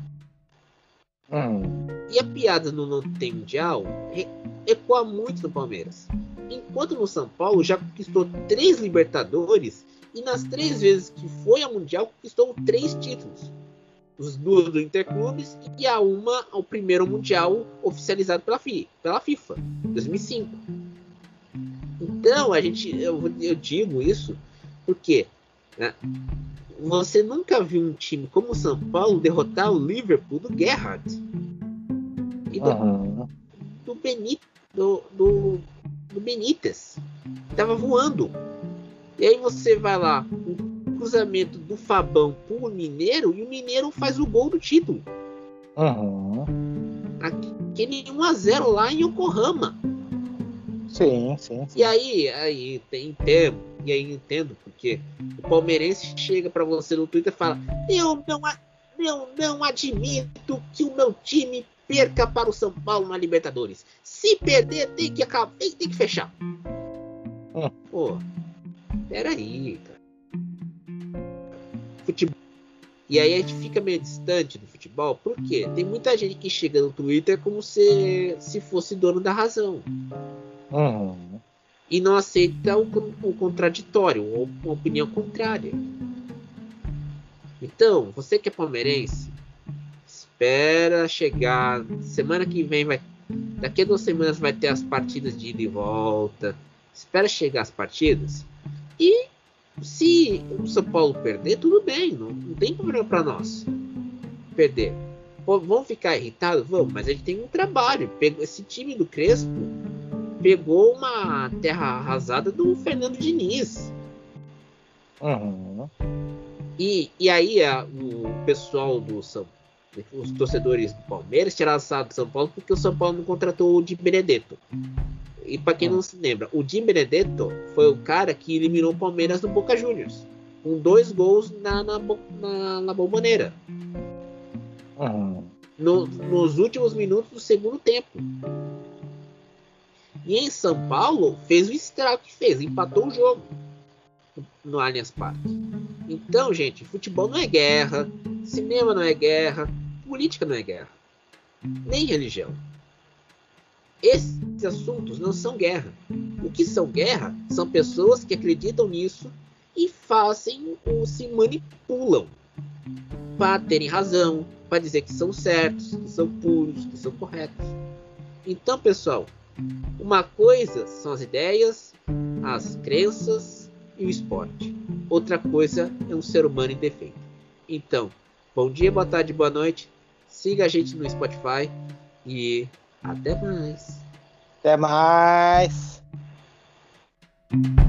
Uhum. E a piada no não tem Mundial ecoa muito no Palmeiras. Enquanto no São Paulo já conquistou três Libertadores e nas três vezes que foi ao Mundial conquistou três títulos. Os duas do Interclubes e a uma ao primeiro Mundial oficializado pela, F I, pela FIFA, dois mil e cinco. Então, a gente, eu, eu digo isso porque, né, você nunca viu um time como o São Paulo derrotar o Liverpool do Gerrard e do, Uhum. do, Benit, do, do, do Benítez. Tava voando. E aí você vai lá, um cruzamento do Fabão pro Mineiro e o Mineiro faz o gol do título. Uhum. Aquele um a zero lá em Yokohama. Sim, sim, sim. E aí, aí entendo, e aí entendo porque o palmeirense chega para você no Twitter e fala: eu não, eu não admito que o meu time perca para o São Paulo na Libertadores. Se perder, tem que acabar, tem, tem que fechar. Hum. Pô, peraí, cara. Futebol. E aí a gente fica meio distante do futebol, porque tem muita gente que chega no Twitter como se, se fosse dono da razão. Uhum. E não aceita o, o contraditório, ou uma opinião contrária. Então, você que é palmeirense, espera chegar. Semana que vem vai. Daqui a duas semanas vai ter as partidas de ida e volta. Espera chegar as partidas. E se o São Paulo perder, tudo bem. Não, não tem problema para nós perder. Pô, vão ficar irritados? Vamos, mas a gente tem um trabalho. Pegou, esse time do Crespo pegou uma terra arrasada do Fernando Diniz. Uhum. E, e aí a, o pessoal do São os torcedores do Palmeiras tiraram sarro do São Paulo porque o São Paulo não contratou o Di Benedetto. E para quem não se lembra, o Di Benedetto foi o cara que eliminou o Palmeiras no Boca Juniors, com dois gols na, na, na, na Bombonera. Uhum. No, nos últimos minutos do segundo tempo. E em São Paulo fez o estrago que fez, empatou o jogo no Allianz Parque. Então, gente, futebol não é guerra, cinema não é guerra, política não é guerra, nem religião. Esses assuntos não são guerra. O que são guerra são pessoas que acreditam nisso e fazem ou se manipulam para terem razão, para dizer que são certos, que são puros, que são corretos. Então, pessoal, uma coisa são as ideias, as crenças e o esporte. Outra coisa é um ser humano em defeito. Então, bom dia, boa tarde, boa noite. Siga a gente no Spotify e até mais. Até mais.